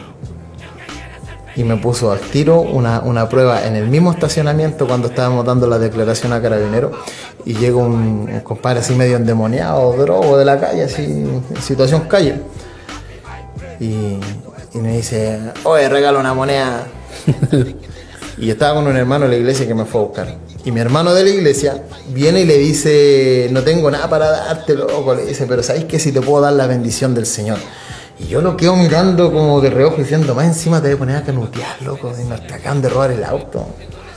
Y me puso al tiro una, una prueba en el mismo estacionamiento cuando estábamos dando la declaración a Carabineros. Y llega un, un compadre así medio endemoniado, drogo de la calle, así, en situación calle. Y, y me dice, oye, regalo una moneda. Y yo estaba con un hermano de la iglesia que me fue a buscar. Y mi hermano de la iglesia viene y le dice, no tengo nada para darte, loco. Le dice, pero ¿sabes qué? Si te puedo dar la bendición del Señor. Y yo lo quedo mirando como de reojo diciendo, más encima te voy a poner a canutear, loco, y me acaban de robar el auto.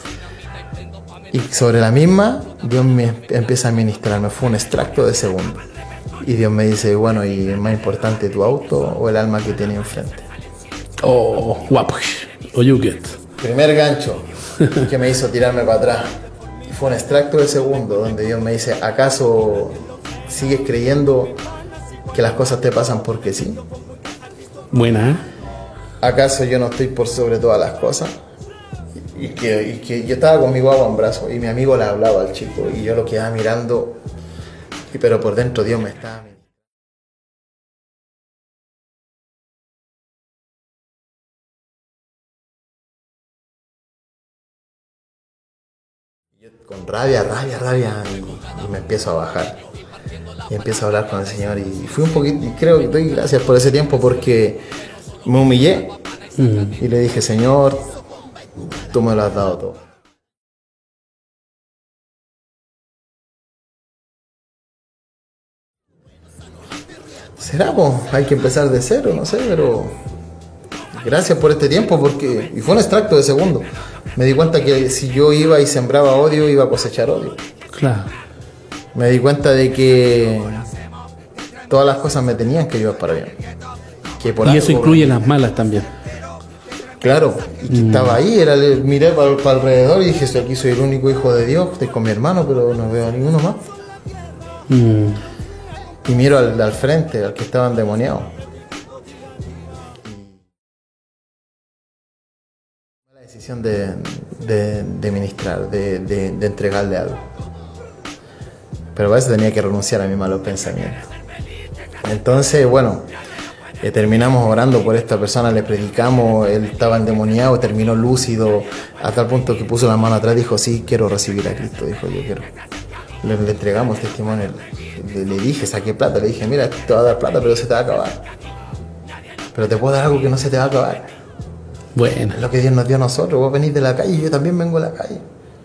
Y sobre la misma, Dios me empieza a ministrarme, fue un extracto de segundo. Y Dios me dice, bueno, ¿y es más importante tu auto o el alma que tiene enfrente? Oh, guapo. O you get. Primer gancho que me hizo tirarme para atrás. Fue un extracto de segundo donde Dios me dice, ¿acaso sigues creyendo que las cosas te pasan porque sí? Buena, ¿eh? ¿Acaso yo no estoy por sobre todas las cosas? Y que, y que yo estaba con mi guagua en brazos y mi amigo le hablaba al chico y yo lo quedaba mirando, y, pero por dentro Dios me estaba mirando. Yo con rabia, rabia, rabia y, y me empiezo a bajar y empiezo a hablar con el Señor y fui un poquito, y creo que doy gracias por ese tiempo porque me humillé mm. y le dije, Señor, tú me lo has dado todo. ¿Será? Pues hay que empezar de cero, no sé, pero gracias por este tiempo porque, y fue un extracto de segundo, me di cuenta que si yo iba y sembraba odio, iba a cosechar odio. Claro. Me di cuenta de que todas las cosas me tenían que llevar para bien. Que por y eso incluye las malas también. Claro, y que mm. estaba ahí, era, miré para, para alrededor y dije, aquí soy el único hijo de Dios, estoy con mi hermano, pero no veo a ninguno más. Mm. Y miro al, al frente, al que estaba endemoniado. La decisión de, de, de ministrar, de, de, de entregarle algo. Pero para eso tenía que renunciar a mis malos pensamientos. Entonces, bueno, eh, terminamos orando por esta persona, le predicamos, él estaba endemoniado, terminó lúcido, a tal punto que puso la mano atrás y dijo, sí, quiero recibir a Cristo, dijo, yo quiero. Le, le entregamos testimonio, le, le dije, saqué plata, le dije, mira, te va a dar plata, pero se te va a acabar. Pero te puedo dar algo que no se te va a acabar. Bueno. Es lo que Dios nos dio a nosotros, vos venís de la calle y yo también vengo de la calle.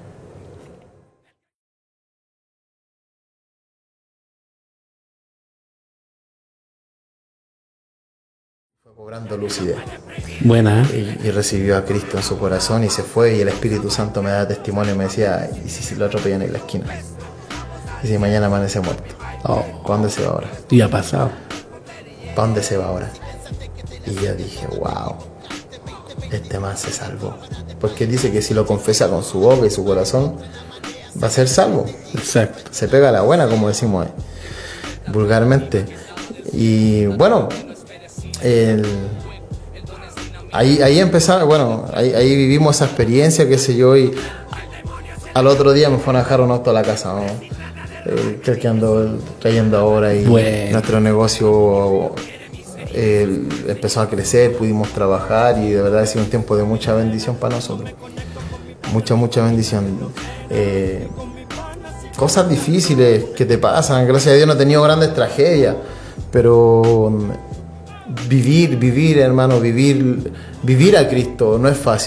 Cobrando lucidez. Buena. Y, y recibió a Cristo en su corazón y se fue y el Espíritu Santo me da testimonio y me decía, ¿y si, si lo atropellan en la esquina? ¿Y si mañana amanece muerto? Oh. ¿Para dónde se va ahora? Y ha pasado. ¿Para dónde se va ahora? Y yo dije, wow, este man se salvó. Porque dice que si lo confesa con su boca y su corazón, va a ser salvo. Exacto. Se pega a la buena, como decimos eh, vulgarmente. Y bueno, El, ahí, ahí empezaba, bueno, ahí, ahí vivimos esa experiencia, qué sé yo, y al otro día me fueron a dejar un auto a la casa, ¿no? Eh, que, que ando trayendo ahora y bueno. Nuestro negocio eh, empezó a crecer, pudimos trabajar y de verdad ha sido un tiempo de mucha bendición para nosotros, mucha, mucha bendición. Eh, cosas difíciles que te pasan, gracias a Dios no he tenido grandes tragedias, pero vivir, vivir, hermano, vivir, vivir a Cristo no es fácil.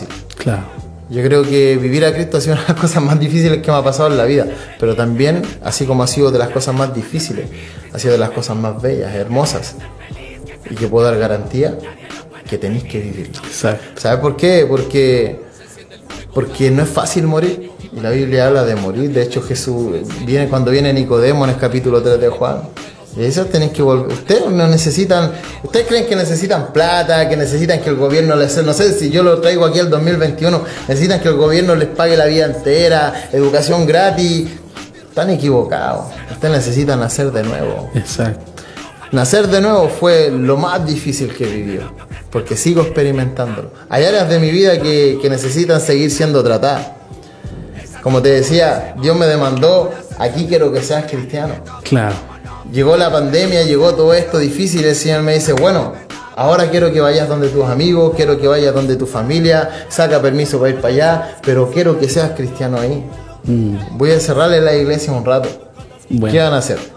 Claro. Yo creo que vivir a Cristo ha sido una de las cosas más difíciles que me ha pasado en la vida, pero también, así como ha sido de las cosas más difíciles, ha sido de las cosas más bellas, hermosas, y que puedo dar garantía que tenéis que vivir. Exacto. ¿Sabes por qué? Porque, porque no es fácil morir, y la Biblia habla de morir. De hecho, Jesús viene cuando viene Nicodemo en el capítulo tres de Juan. Y eso tenéis que volver. Ustedes no necesitan, ustedes creen que necesitan plata, que necesitan que el gobierno les, no sé si yo lo traigo aquí el dos mil veintiuno, necesitan que el gobierno les pague la vida entera, educación gratis. Están equivocados. Ustedes necesitan nacer de nuevo. Exacto. Nacer de nuevo fue lo más difícil que he vivido, porque sigo experimentándolo. Hay áreas de mi vida que, que necesitan seguir siendo tratadas. Como te decía, Dios me demandó, aquí quiero que seas cristiano. Claro. Llegó la pandemia, llegó todo esto difícil, el Señor me dice, bueno, ahora quiero que vayas donde tus amigos, quiero que vayas donde tu familia, saca permiso para ir para allá, pero quiero que seas cristiano ahí. Mm. Voy a cerrarle la iglesia un rato. Bueno. ¿Qué van a hacer?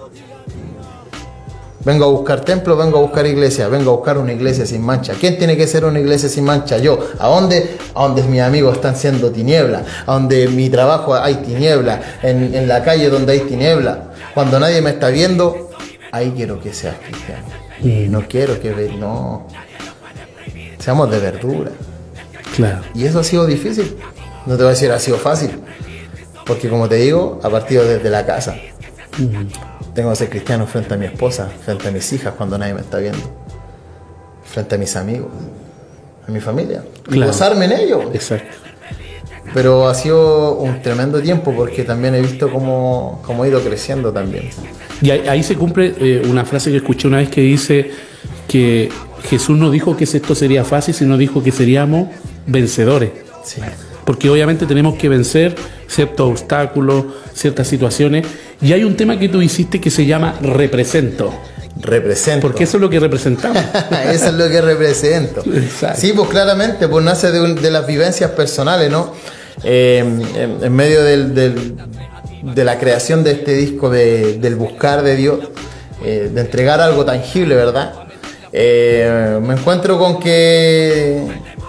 Vengo a buscar templo, vengo a buscar iglesia, vengo a buscar una iglesia sin mancha. ¿Quién tiene que ser una iglesia sin mancha? Yo. ¿A dónde? A donde mis amigos están siendo tiniebla, a donde mi trabajo hay tiniebla, en, en la calle donde hay tiniebla. Cuando nadie me está viendo, ahí quiero que seas cristiano. Mm. No quiero que ve, no. Seamos de verdura. Claro. Y eso ha sido difícil. No te voy a decir ha sido fácil. Porque como te digo, ha partido desde la casa. Mm. Tengo que ser cristiano frente a mi esposa, frente a mis hijas cuando nadie me está viendo, frente a mis amigos, a mi familia. Y claro. Gozarme en ello. Exacto. Pero ha sido un tremendo tiempo porque también he visto cómo, cómo he ido creciendo también. Y ahí, ahí se cumple eh, una frase que escuché una vez que dice que Jesús no dijo que esto sería fácil, sino dijo que seríamos vencedores. Sí. Porque obviamente tenemos que vencer ciertos obstáculos, ciertas situaciones. Y hay un tema que tú hiciste que se llama represento. Represento. Porque eso es lo que representamos. Eso es lo que represento. Exacto. Sí, pues claramente, pues nace de, un, de las vivencias personales, ¿no? Eh, en, en medio del, del, de la creación de este disco, de, del buscar de Dios, eh, de entregar algo tangible, ¿verdad? Eh, me encuentro con que...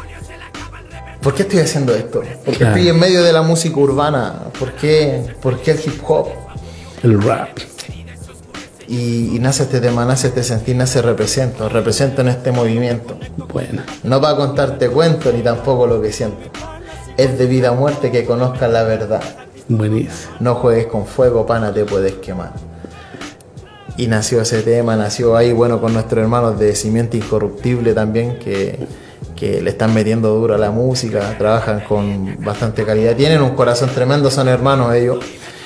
¿Por qué estoy haciendo esto? ¿Por qué claro. estoy en medio de la música urbana? ¿Por qué, por qué el hip hop? El rap. Y, y nace este tema, nace este sentir, nace represento. Represento en este movimiento. Bueno. No para contarte cuento ni tampoco lo que siento. Es de vida a muerte que conozcas la verdad. Buenísimo. No juegues con fuego, pana, te puedes quemar. Y nació ese tema, nació ahí, bueno, con nuestros hermanos de Simiente Incorruptible también, que... que le están metiendo duro a la música, trabajan con bastante calidad, tienen un corazón tremendo, son hermanos ellos,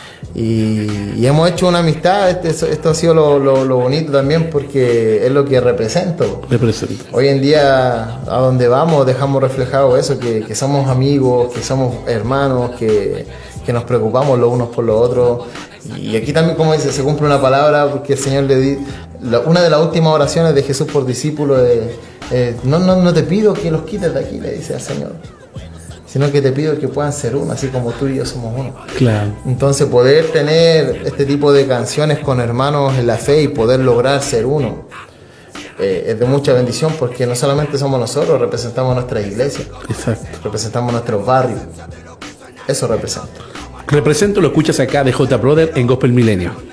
y, y hemos hecho una amistad. Este, esto ha sido lo, lo, lo bonito también porque es lo que represento. Represento. Hoy en día, a donde vamos, dejamos reflejado eso, que, que somos amigos, que somos hermanos, que, que nos preocupamos los unos por los otros. Y aquí también, como dice, se cumple una palabra, porque el Señor le di, la, una de las últimas oraciones de Jesús por discípulo es, eh, no, no, no te pido que los quites de aquí, le dice al Señor, sino que te pido que puedan ser uno, así como tú y yo somos uno. Claro. Entonces, poder tener este tipo de canciones con hermanos en la fe y poder lograr ser uno, eh, es de mucha bendición, porque no solamente somos nosotros, representamos nuestra iglesia. Exacto. Representamos nuestros barrios. Eso representa. Represento, lo escuchas acá de J Brother en Gospel Milenio.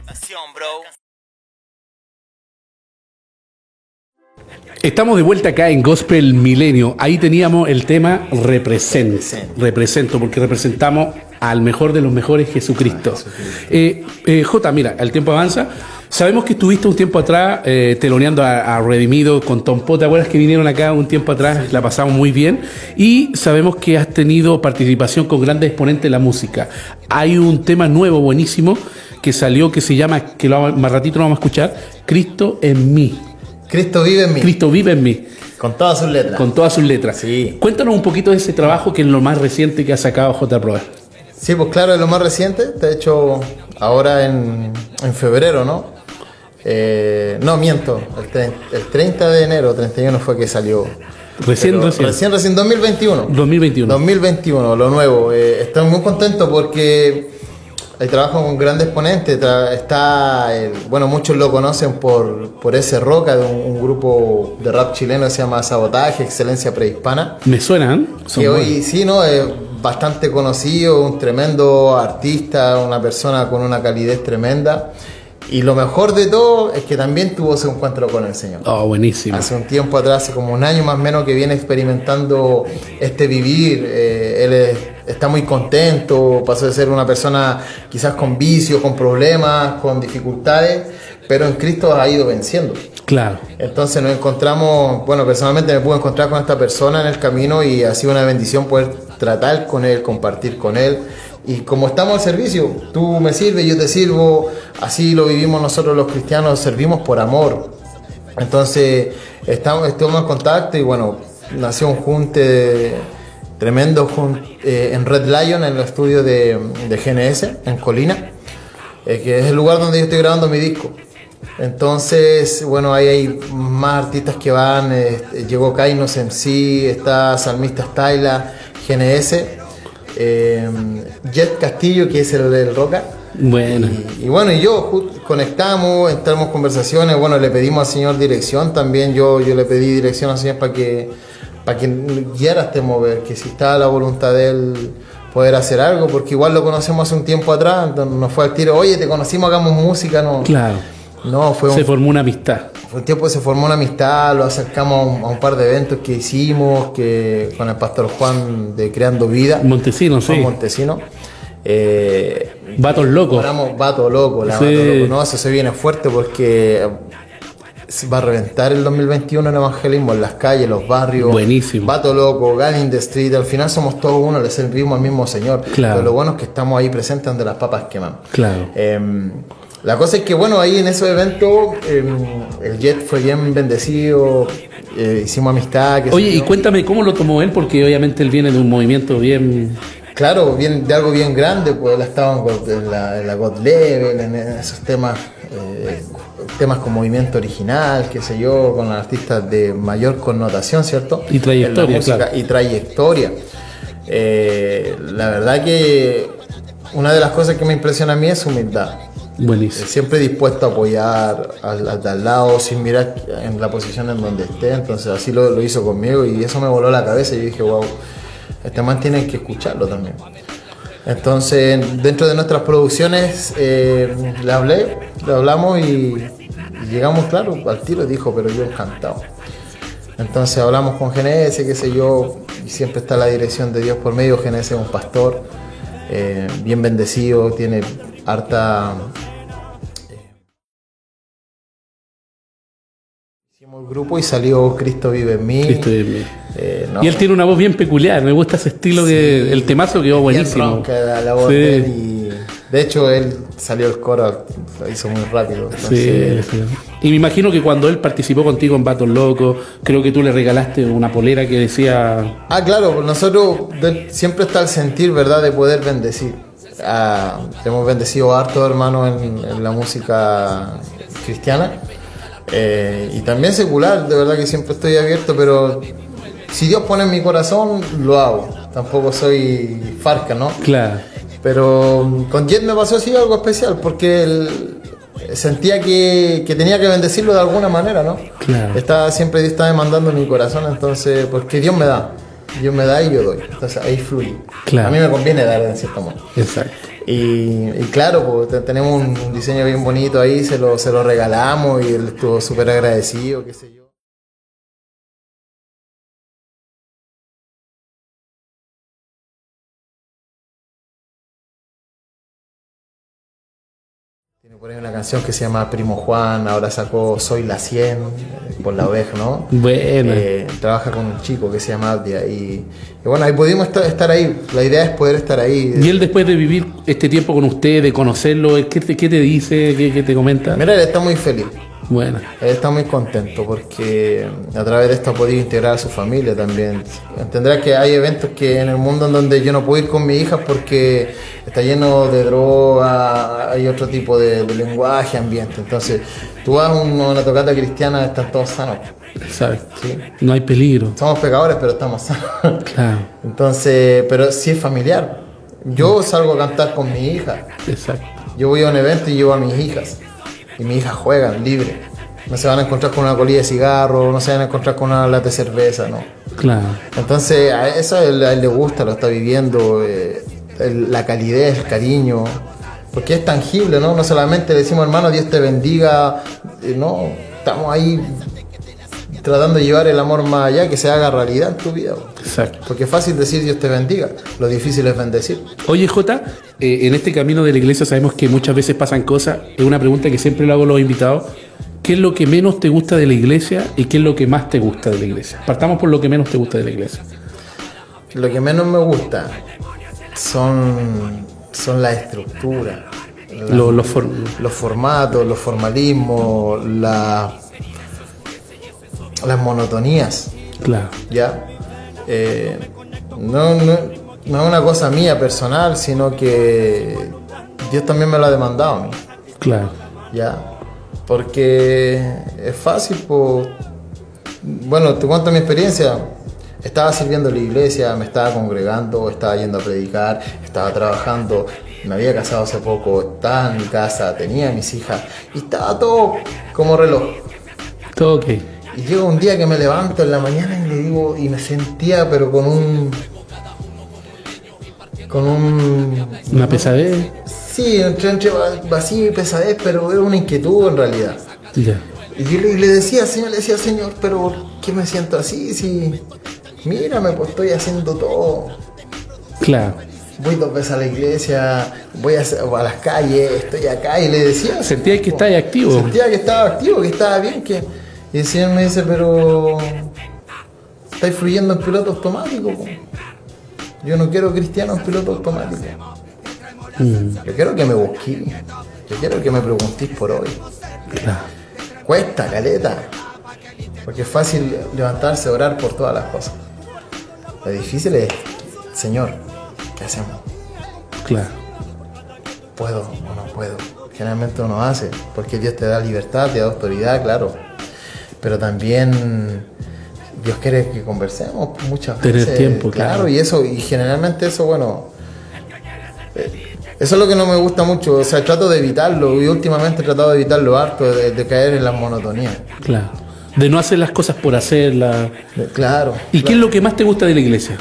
Estamos de vuelta acá en Gospel Milenio. Ahí teníamos el tema Represento. Represento, porque representamos al mejor de los mejores, Jesucristo. Eh, eh, J, mira, el tiempo avanza. Sabemos que estuviste un tiempo atrás eh, teloneando a, a Redimido con Tom Pot. ¿Te acuerdas que vinieron acá un tiempo atrás? La pasamos muy bien. Y sabemos que has tenido participación con grandes exponentes de la música. Hay un tema nuevo, buenísimo, que salió, que se llama, que lo, más ratito lo vamos a escuchar, Cristo en mí. Cristo vive en mí. Cristo vive en mí. Con todas sus letras. Con todas sus letras. Sí. Cuéntanos un poquito de ese trabajo que es lo más reciente que ha sacado J. Proa. Sí, pues claro, es lo más reciente. De hecho, ahora en, en febrero, ¿no? Eh, no, miento. El, el treinta de enero, treinta y uno fue que salió. Recién, Pero, recién. Recién, recién, dos mil veintiuno. dos mil veintiuno. dos mil veintiuno, lo nuevo. Eh, estoy muy contento porque hay trabajo con grandes exponentes. Tra- está, el, bueno, muchos lo conocen por, por ese Roca, de un, un grupo de rap chileno que se llama Sabotaje, Excelencia Prehispana. Me suenan, ¿eh? Son Que buenos. hoy sí, ¿no? Es bastante conocido, un tremendo artista, una persona con una calidez tremenda. Y lo mejor de todo es que también tuvo ese encuentro con el Señor. Oh, buenísimo. Hace un tiempo atrás, hace como un año más o menos, que viene experimentando este vivir. Eh, él es, está muy contento, pasó de ser una persona quizás con vicios, con problemas, con dificultades, pero en Cristo ha ido venciendo. Claro. Entonces nos encontramos, bueno, personalmente me pude encontrar con esta persona en el camino y ha sido una bendición poder tratar con él, compartir con él. Y como estamos al servicio, tú me sirves, yo te sirvo, así lo vivimos nosotros los cristianos, servimos por amor. Entonces estamos, estamos en contacto y bueno, nació un junte tremendo jun- eh, en Red Lion, en el estudio de, de G N S, en Colina, eh, que es el lugar donde yo estoy grabando mi disco. Entonces, bueno, ahí hay más artistas que van, eh, llegó Kainos M C, está Salmista Styla, G N S, eh, Jet Castillo, que es el del Roca. Bueno. Y, y bueno, y yo ju- conectamos, entramos en conversaciones, bueno, le pedimos al Señor dirección también, yo, yo le pedí dirección al Señor para que, para que guiara este mover, que si estaba la voluntad de Él poder hacer algo, porque igual lo conocemos hace un tiempo atrás, entonces nos fue al tiro, oye, te conocimos, hagamos música, no. Claro. No, fue un, Se formó una amistad. fue un tiempo que se formó una amistad, lo acercamos a un, a un par de eventos que hicimos que con el pastor Juan de Creando Vida. Montesino, sí. Juan Montesino. Eh, Vatos locos. Oramos Vato Loco, la Sí. Vato Loco. No, eso se viene fuerte porque va a reventar el dos mil veintiuno en evangelismo en las calles, los barrios. Buenísimo. Vato Loco, God in the Street. Al final somos todos uno, le servimos al mismo Señor. Claro. Pero lo bueno es que estamos ahí presentes donde las papas queman. Claro. Eh, la cosa es que, bueno, ahí en esos eventos eh, el Jet fue bien bendecido, eh, hicimos amistad. qué sé Oye, y yo. cuéntame cómo lo tomó él, porque obviamente él viene de un movimiento bien... Claro, bien, de algo bien grande, pues él estaba en, God- en la, en la God Level, en, en esos temas, eh, temas con movimiento original, qué sé yo, con artistas de mayor connotación, ¿cierto? Y trayectoria, En la música, claro. Y trayectoria. Eh, la verdad que una de las cosas que me impresiona a mí es su humildad. Buenísimo. Siempre dispuesto a apoyar al, al de al lado sin mirar en la posición en donde esté. Entonces así lo, lo hizo conmigo y eso me voló la cabeza y yo dije, wow, este man tiene que escucarlo también. Entonces dentro de nuestras producciones eh, le hablé, le hablamos y, y llegamos, claro, al tiro. Dijo, pero yo encantado. Entonces hablamos con G N S, qué sé yo, y siempre está la dirección de Dios por medio. G N S es un pastor eh, bien bendecido, tiene harta... Hicimos el grupo y salió Cristo vive en mí. Cristo vive en mí. Eh, no, Y él tiene una voz bien peculiar, me gusta ese estilo que el temazo quedó bien buenísimo. ronca la, la voz Sí. de él y de hecho él salió el coro, lo hizo muy rápido. Sí, Entonces, sí. Y me imagino que cuando él participó contigo en Vatos Locos, creo que tú le regalaste una polera que decía... Ah, claro, nosotros de- siempre está el sentir, ¿verdad?, de poder bendecir. Ah, hemos bendecido a hartos hermanos en, en la música cristiana eh, y también secular, de verdad que siempre estoy abierto, pero si Dios pone en mi corazón, lo hago. Tampoco soy farca, ¿no? Claro. Pero con Jet me pasó así algo especial, porque él sentía que, que tenía que bendecirlo de alguna manera, ¿no? Claro. Estaba, siempre Dios estaba demandando en mi corazón, entonces, porque Dios me da. Dios me da y yo doy. Entonces ahí fluye. Claro. A mí me conviene dar en cierto modo. Exacto. Y, y claro, pues, tenemos un, un diseño bien bonito ahí, se lo, se lo regalamos y él estuvo súper agradecido, qué sé yo. Tiene por ahí una canción que se llama Primo Juan, ahora sacó Soy la cien, por la oveja, ¿no? Bueno. Eh, trabaja con un chico que se llama Abdia y, y bueno, ahí pudimos estar, estar ahí, la idea es poder estar ahí. Y él después de vivir este tiempo con usted, de conocerlo, ¿qué te, qué te dice, qué, qué te comenta? Mira, él está muy feliz. Bueno. Él está muy contento porque a través de esto ha podido integrar a su familia también. Entenderá que hay eventos que en el mundo en donde yo no puedo ir con mi hija porque está lleno de droga, hay otro tipo de, de lenguaje, ambiente. Entonces, tú vas a una tocata cristiana, están todos sanos. Exacto. ¿Sí? No hay peligro. Somos pecadores, pero estamos sanos. Claro. Entonces, pero sí es familiar. Yo salgo a cantar con mi hija. Exacto. Yo voy a un evento y llevo a mis hijas. Y mis hijas juegan libre. No se van a encontrar con una colilla de cigarro, no se van a encontrar con una lata de cerveza, no. Claro. Entonces, a eso a él, a él le gusta, lo está viviendo, eh, el, la calidez, el cariño, porque es tangible, ¿no? No solamente decimos, hermano, Dios te bendiga, eh, no, estamos ahí tratando de llevar el amor más allá, que se haga realidad en tu vida. Exacto. Porque es fácil decir Dios te bendiga, lo difícil es bendecir. Oye, Jota, eh, en este camino de la iglesia sabemos que muchas veces pasan cosas. Es una pregunta que siempre le hago a los invitados. ¿Qué es lo que menos te gusta de la iglesia y qué es lo que más te gusta de la iglesia? Partamos por lo que menos te gusta de la iglesia. Lo que menos me gusta son, son las estructuras, la, Lo- los for- los formatos, los formalismos, la, las monotonías. Claro. ¿Ya? Eh, no, no, no es una cosa mía personal, sino que Dios también me lo ha demandado a mí, Claro. ¿ya? Porque es fácil, pues. Bueno, te cuento mi experiencia. Estaba sirviendo en la iglesia, me estaba congregando, estaba yendo a predicar, estaba trabajando, me había casado hace poco, estaba en mi casa, tenía mis hijas y estaba todo como reloj. Todo ok. Y llega un día que me levanto en la mañana y le digo, y me sentía pero con un... con un... Una pesadez. Sí, entre, entre vacío y pesadez, pero era una inquietud en realidad. Ya. Y yo le, le decía al Señor, le decía, Señor, pero ¿por qué me siento así? Si, mírame, pues estoy haciendo todo. Claro. Voy dos veces a la iglesia, voy a, a las calles, estoy acá, y le decía... Sentía que estabas activo. Sentía que estaba activo, que estaba bien, que... Y el Señor me dice, pero... estáis fluyendo en piloto automático, po. Yo no quiero cristianos en piloto automático. Mm, Yo quiero que me busquéis. Yo quiero que me preguntéis por hoy. claro. Cuesta, caleta. Porque es fácil levantarse, orar por todas las cosas. Lo difícil es, Señor, ¿qué hacemos? Claro. ¿Puedo o no puedo? Generalmente uno hace, porque Dios te da libertad, te da autoridad, claro. Pero también Dios quiere que conversemos muchas Tener veces. tiempo, claro. claro. Y eso, y generalmente eso, bueno, eh, eso es lo que no me gusta mucho. O sea, trato de evitarlo, y últimamente he tratado de evitarlo harto, de, de caer en la monotonía. Claro. De no hacer las cosas por hacerlas. De- claro. ¿Y qué es lo que más te gusta de la iglesia?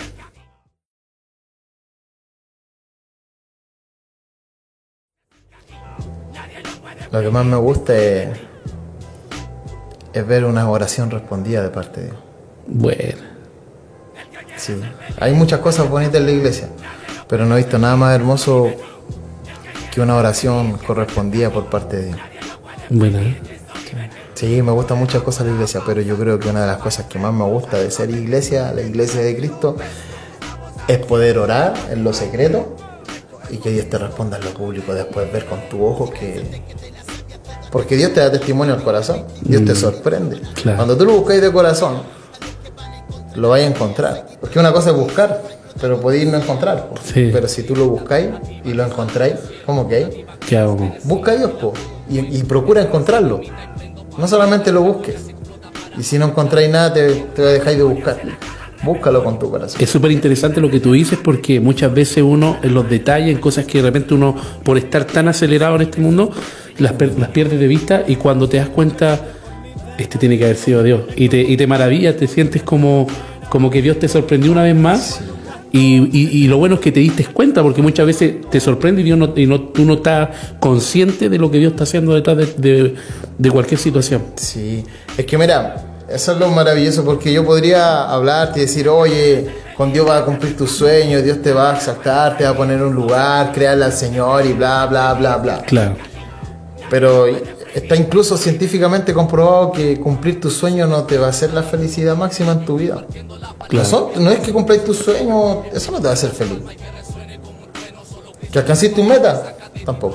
Lo que más me gusta es, es ver una oración respondida de parte de Dios. Bueno. Sí. Hay muchas cosas bonitas en la iglesia, pero no he visto nada más hermoso que una oración correspondida por parte de Dios. Bueno. ¿eh? Sí, me gustan muchas cosas de la iglesia, pero yo creo que una de las cosas que más me gusta de ser iglesia, la iglesia de Cristo, es poder orar en lo secreto y que Dios te responda en lo público, después ver con tus ojos que... Porque Dios te da testimonio al corazón, Dios te sorprende. Claro. Cuando tú lo buscáis de corazón, lo vais a encontrar. Porque una cosa es buscar, pero podéis no encontrar. Po. Sí. Pero si tú lo buscáis y lo encontráis, ¿cómo que hay? ¿Qué hago? Busca a Dios, po, y, y procura encontrarlo. No solamente lo busques. Y si no encontráis nada, te, te dejáis de buscar. Búscalo con tu corazón. Es súper interesante lo que tú dices porque muchas veces uno en los detalles, en cosas que de repente uno, por estar tan acelerado en este mundo, las, per- las pierdes de vista y cuando te das cuenta, este tiene que haber sido Dios. Y te, y te maravillas, te sientes como, como que Dios te sorprendió una vez más. Sí. Y, y, y lo bueno es que te diste cuenta, porque muchas veces te sorprende y, Dios no, y no, tú no estás consciente de lo que Dios está haciendo detrás de, de, de cualquier situación. Sí, es que mira, eso es lo maravilloso, porque yo podría hablarte y decir, oye, con Dios vas a cumplir tus sueños, Dios te va a exaltar, te va a poner en un lugar, créale al Señor y bla, bla, bla, bla. Claro. Pero está incluso científicamente comprobado que cumplir tus sueños no te va a hacer la felicidad máxima en tu vida. Claro. No, son, no es que cumplir tus sueños, eso no te va a hacer feliz. ¿Que alcances tu meta? Tampoco.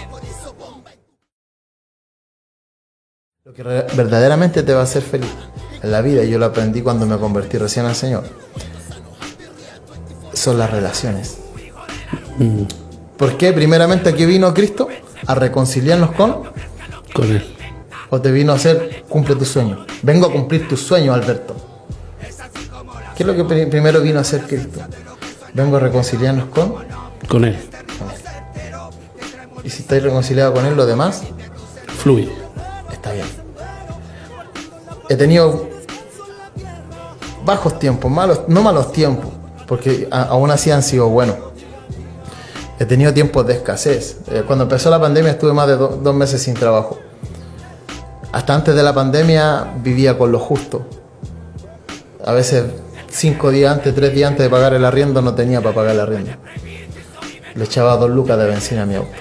Lo que re- verdaderamente te va a hacer feliz en la vida, y yo lo aprendí cuando me convertí recién al Señor, son las relaciones. Mm. ¿Por qué? Primeramente, aquí vino Cristo a reconciliarnos con, con Él. ¿O te vino a hacer, cumple tus sueños? Vengo a cumplir tus sueños, Alberto. ¿Qué es lo que pr- primero vino a hacer Cristo? Vengo a reconciliarnos con, con Él. Con Él. Y si estáis reconciliados con Él, lo demás fluye. Está bien. He tenido bajos tiempos, malos, no malos tiempos, porque a, aún así han sido buenos. He tenido tiempos de escasez. Eh, cuando empezó la pandemia estuve más de do, dos meses sin trabajo. Hasta antes de la pandemia vivía con lo justo. A veces cinco días antes, tres días antes de pagar el arriendo no tenía para pagar el arriendo. Le echaba dos lucas de benzina a mi auto.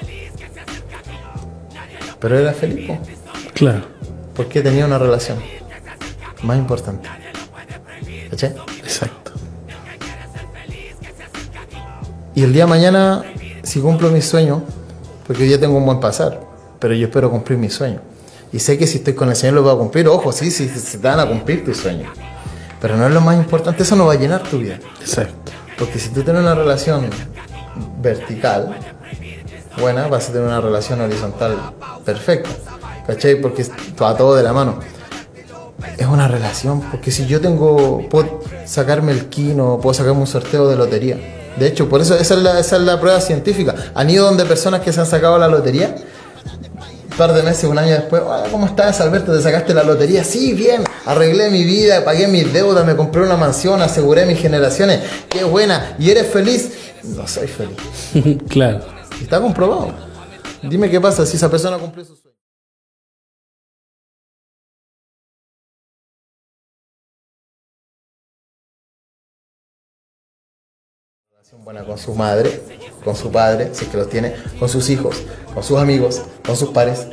Pero era feliz, ¿no? Claro. Porque tenía una relación más importante. ¿Caché? Exacto. Y el día de mañana, si cumplo mis sueños, porque hoy día tengo un buen pasar, pero yo espero cumplir mis sueños. Y sé que si estoy con el Señor lo voy a cumplir. Ojo, sí, sí, se te van a cumplir tus sueños. Pero no es lo más importante, eso no va a llenar tu vida. Exacto. Porque si tú tienes una relación vertical buena, vas a tener una relación horizontal perfecta. ¿Cachai? Porque va todo de la mano. Es una relación, porque si yo tengo, puedo sacarme el quino, puedo sacarme un sorteo de lotería. De hecho, por eso esa es la, esa es la prueba científica. Han ido donde personas que se han sacado la lotería, un par de meses, un año después, hola, ¿cómo estás, Alberto? ¿Te sacaste la lotería? Sí, bien, arreglé mi vida, pagué mis deudas, me compré una mansión, aseguré mis generaciones. ¡Qué buena! ¿Y eres feliz? No soy feliz. Claro. Está comprobado. Dime qué pasa si esa persona cumplió su sueño. Relación buena con su madre, con su padre, si es que los tiene, con sus hijos, con sus amigos, con sus pares.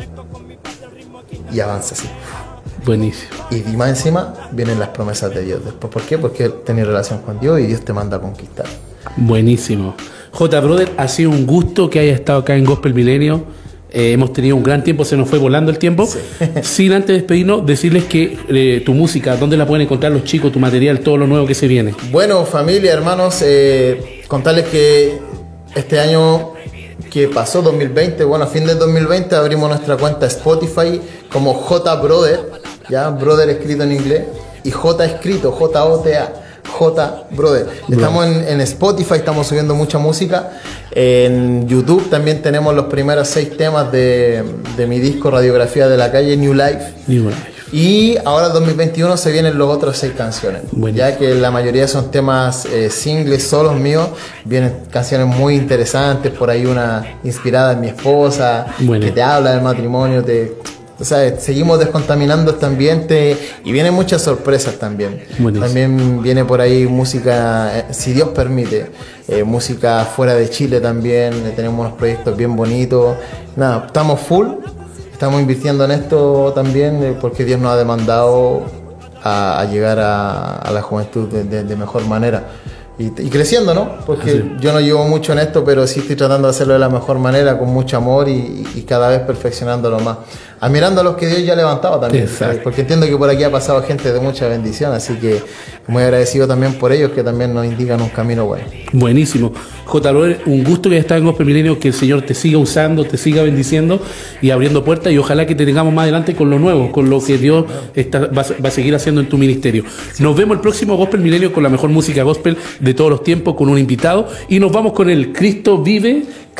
Y avanza así. Buenísimo. Y más encima vienen las promesas de Dios después. ¿Por qué? Porque tenés relación con Dios y Dios te manda a conquistar. Buenísimo. J. Brother, ha sido un gusto que haya estado acá en Gospel Milenio. Eh, hemos tenido un gran tiempo, se nos fue volando el tiempo. Sí. Sin antes de despedirnos, decirles que eh, tu música, ¿dónde la pueden encontrar los chicos, tu material, todo lo nuevo que se viene? Bueno, familia, hermanos, eh, contarles que este año que pasó, dos mil veinte, bueno, a fin del dos mil veinte abrimos nuestra cuenta Spotify como J. Brother, ya, Brother escrito en inglés, y J escrito, J O T A. J. Brother. Estamos en, en Spotify, estamos subiendo mucha música. En YouTube también tenemos los primeros seis temas de, de mi disco Radiografía de la Calle, New Life. New Life. Y ahora en dos mil veintiuno se vienen los otros seis canciones. Buenísimo. Ya que la mayoría son temas eh, singles, solos míos. Vienen canciones muy interesantes. Por ahí una inspirada en mi esposa, bueno, que te habla del matrimonio, te... O sea, seguimos descontaminando este ambiente y vienen muchas sorpresas también. Buenísimo. También viene por ahí música, eh, si Dios permite, eh, música fuera de Chile también. Eh, tenemos unos proyectos bien bonitos. Nada, estamos full, estamos invirtiendo en esto también eh, porque Dios nos ha demandado a, a llegar a, a la juventud de, de, de mejor manera. Y, y creciendo, ¿no? Porque así, yo no llevo mucho en esto, pero sí estoy tratando de hacerlo de la mejor manera, con mucho amor y, y cada vez perfeccionándolo más. Admirando a los que Dios ya ha levantado también. Exacto. Porque entiendo que por aquí ha pasado gente de mucha bendición, así que muy agradecido también por ellos que también nos indican un camino bueno. Buenísimo. J. Brother, un gusto que estés en Gospel Milenio, que el Señor te siga usando, te siga bendiciendo y abriendo puertas, y ojalá que te tengamos más adelante con lo nuevo, con lo que Dios está, va, va a seguir haciendo en tu ministerio. Nos vemos el próximo Gospel Milenio con la mejor música gospel de todos los tiempos, con un invitado, y nos vamos con el Cristo vive.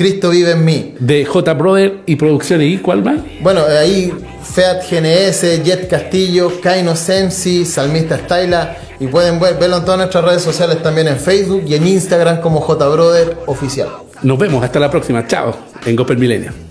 Cristo vive en mí. De J Brother y Producciones. ¿Y cuál más? Bueno, ahí Feat G N S, Jet Castillo, Kaino Sensi, Salmista Styla. Y pueden verlo en todas nuestras redes sociales, también en Facebook y en Instagram como J Brother Oficial. Nos vemos, hasta la próxima. Chao, en Gospel Milenio.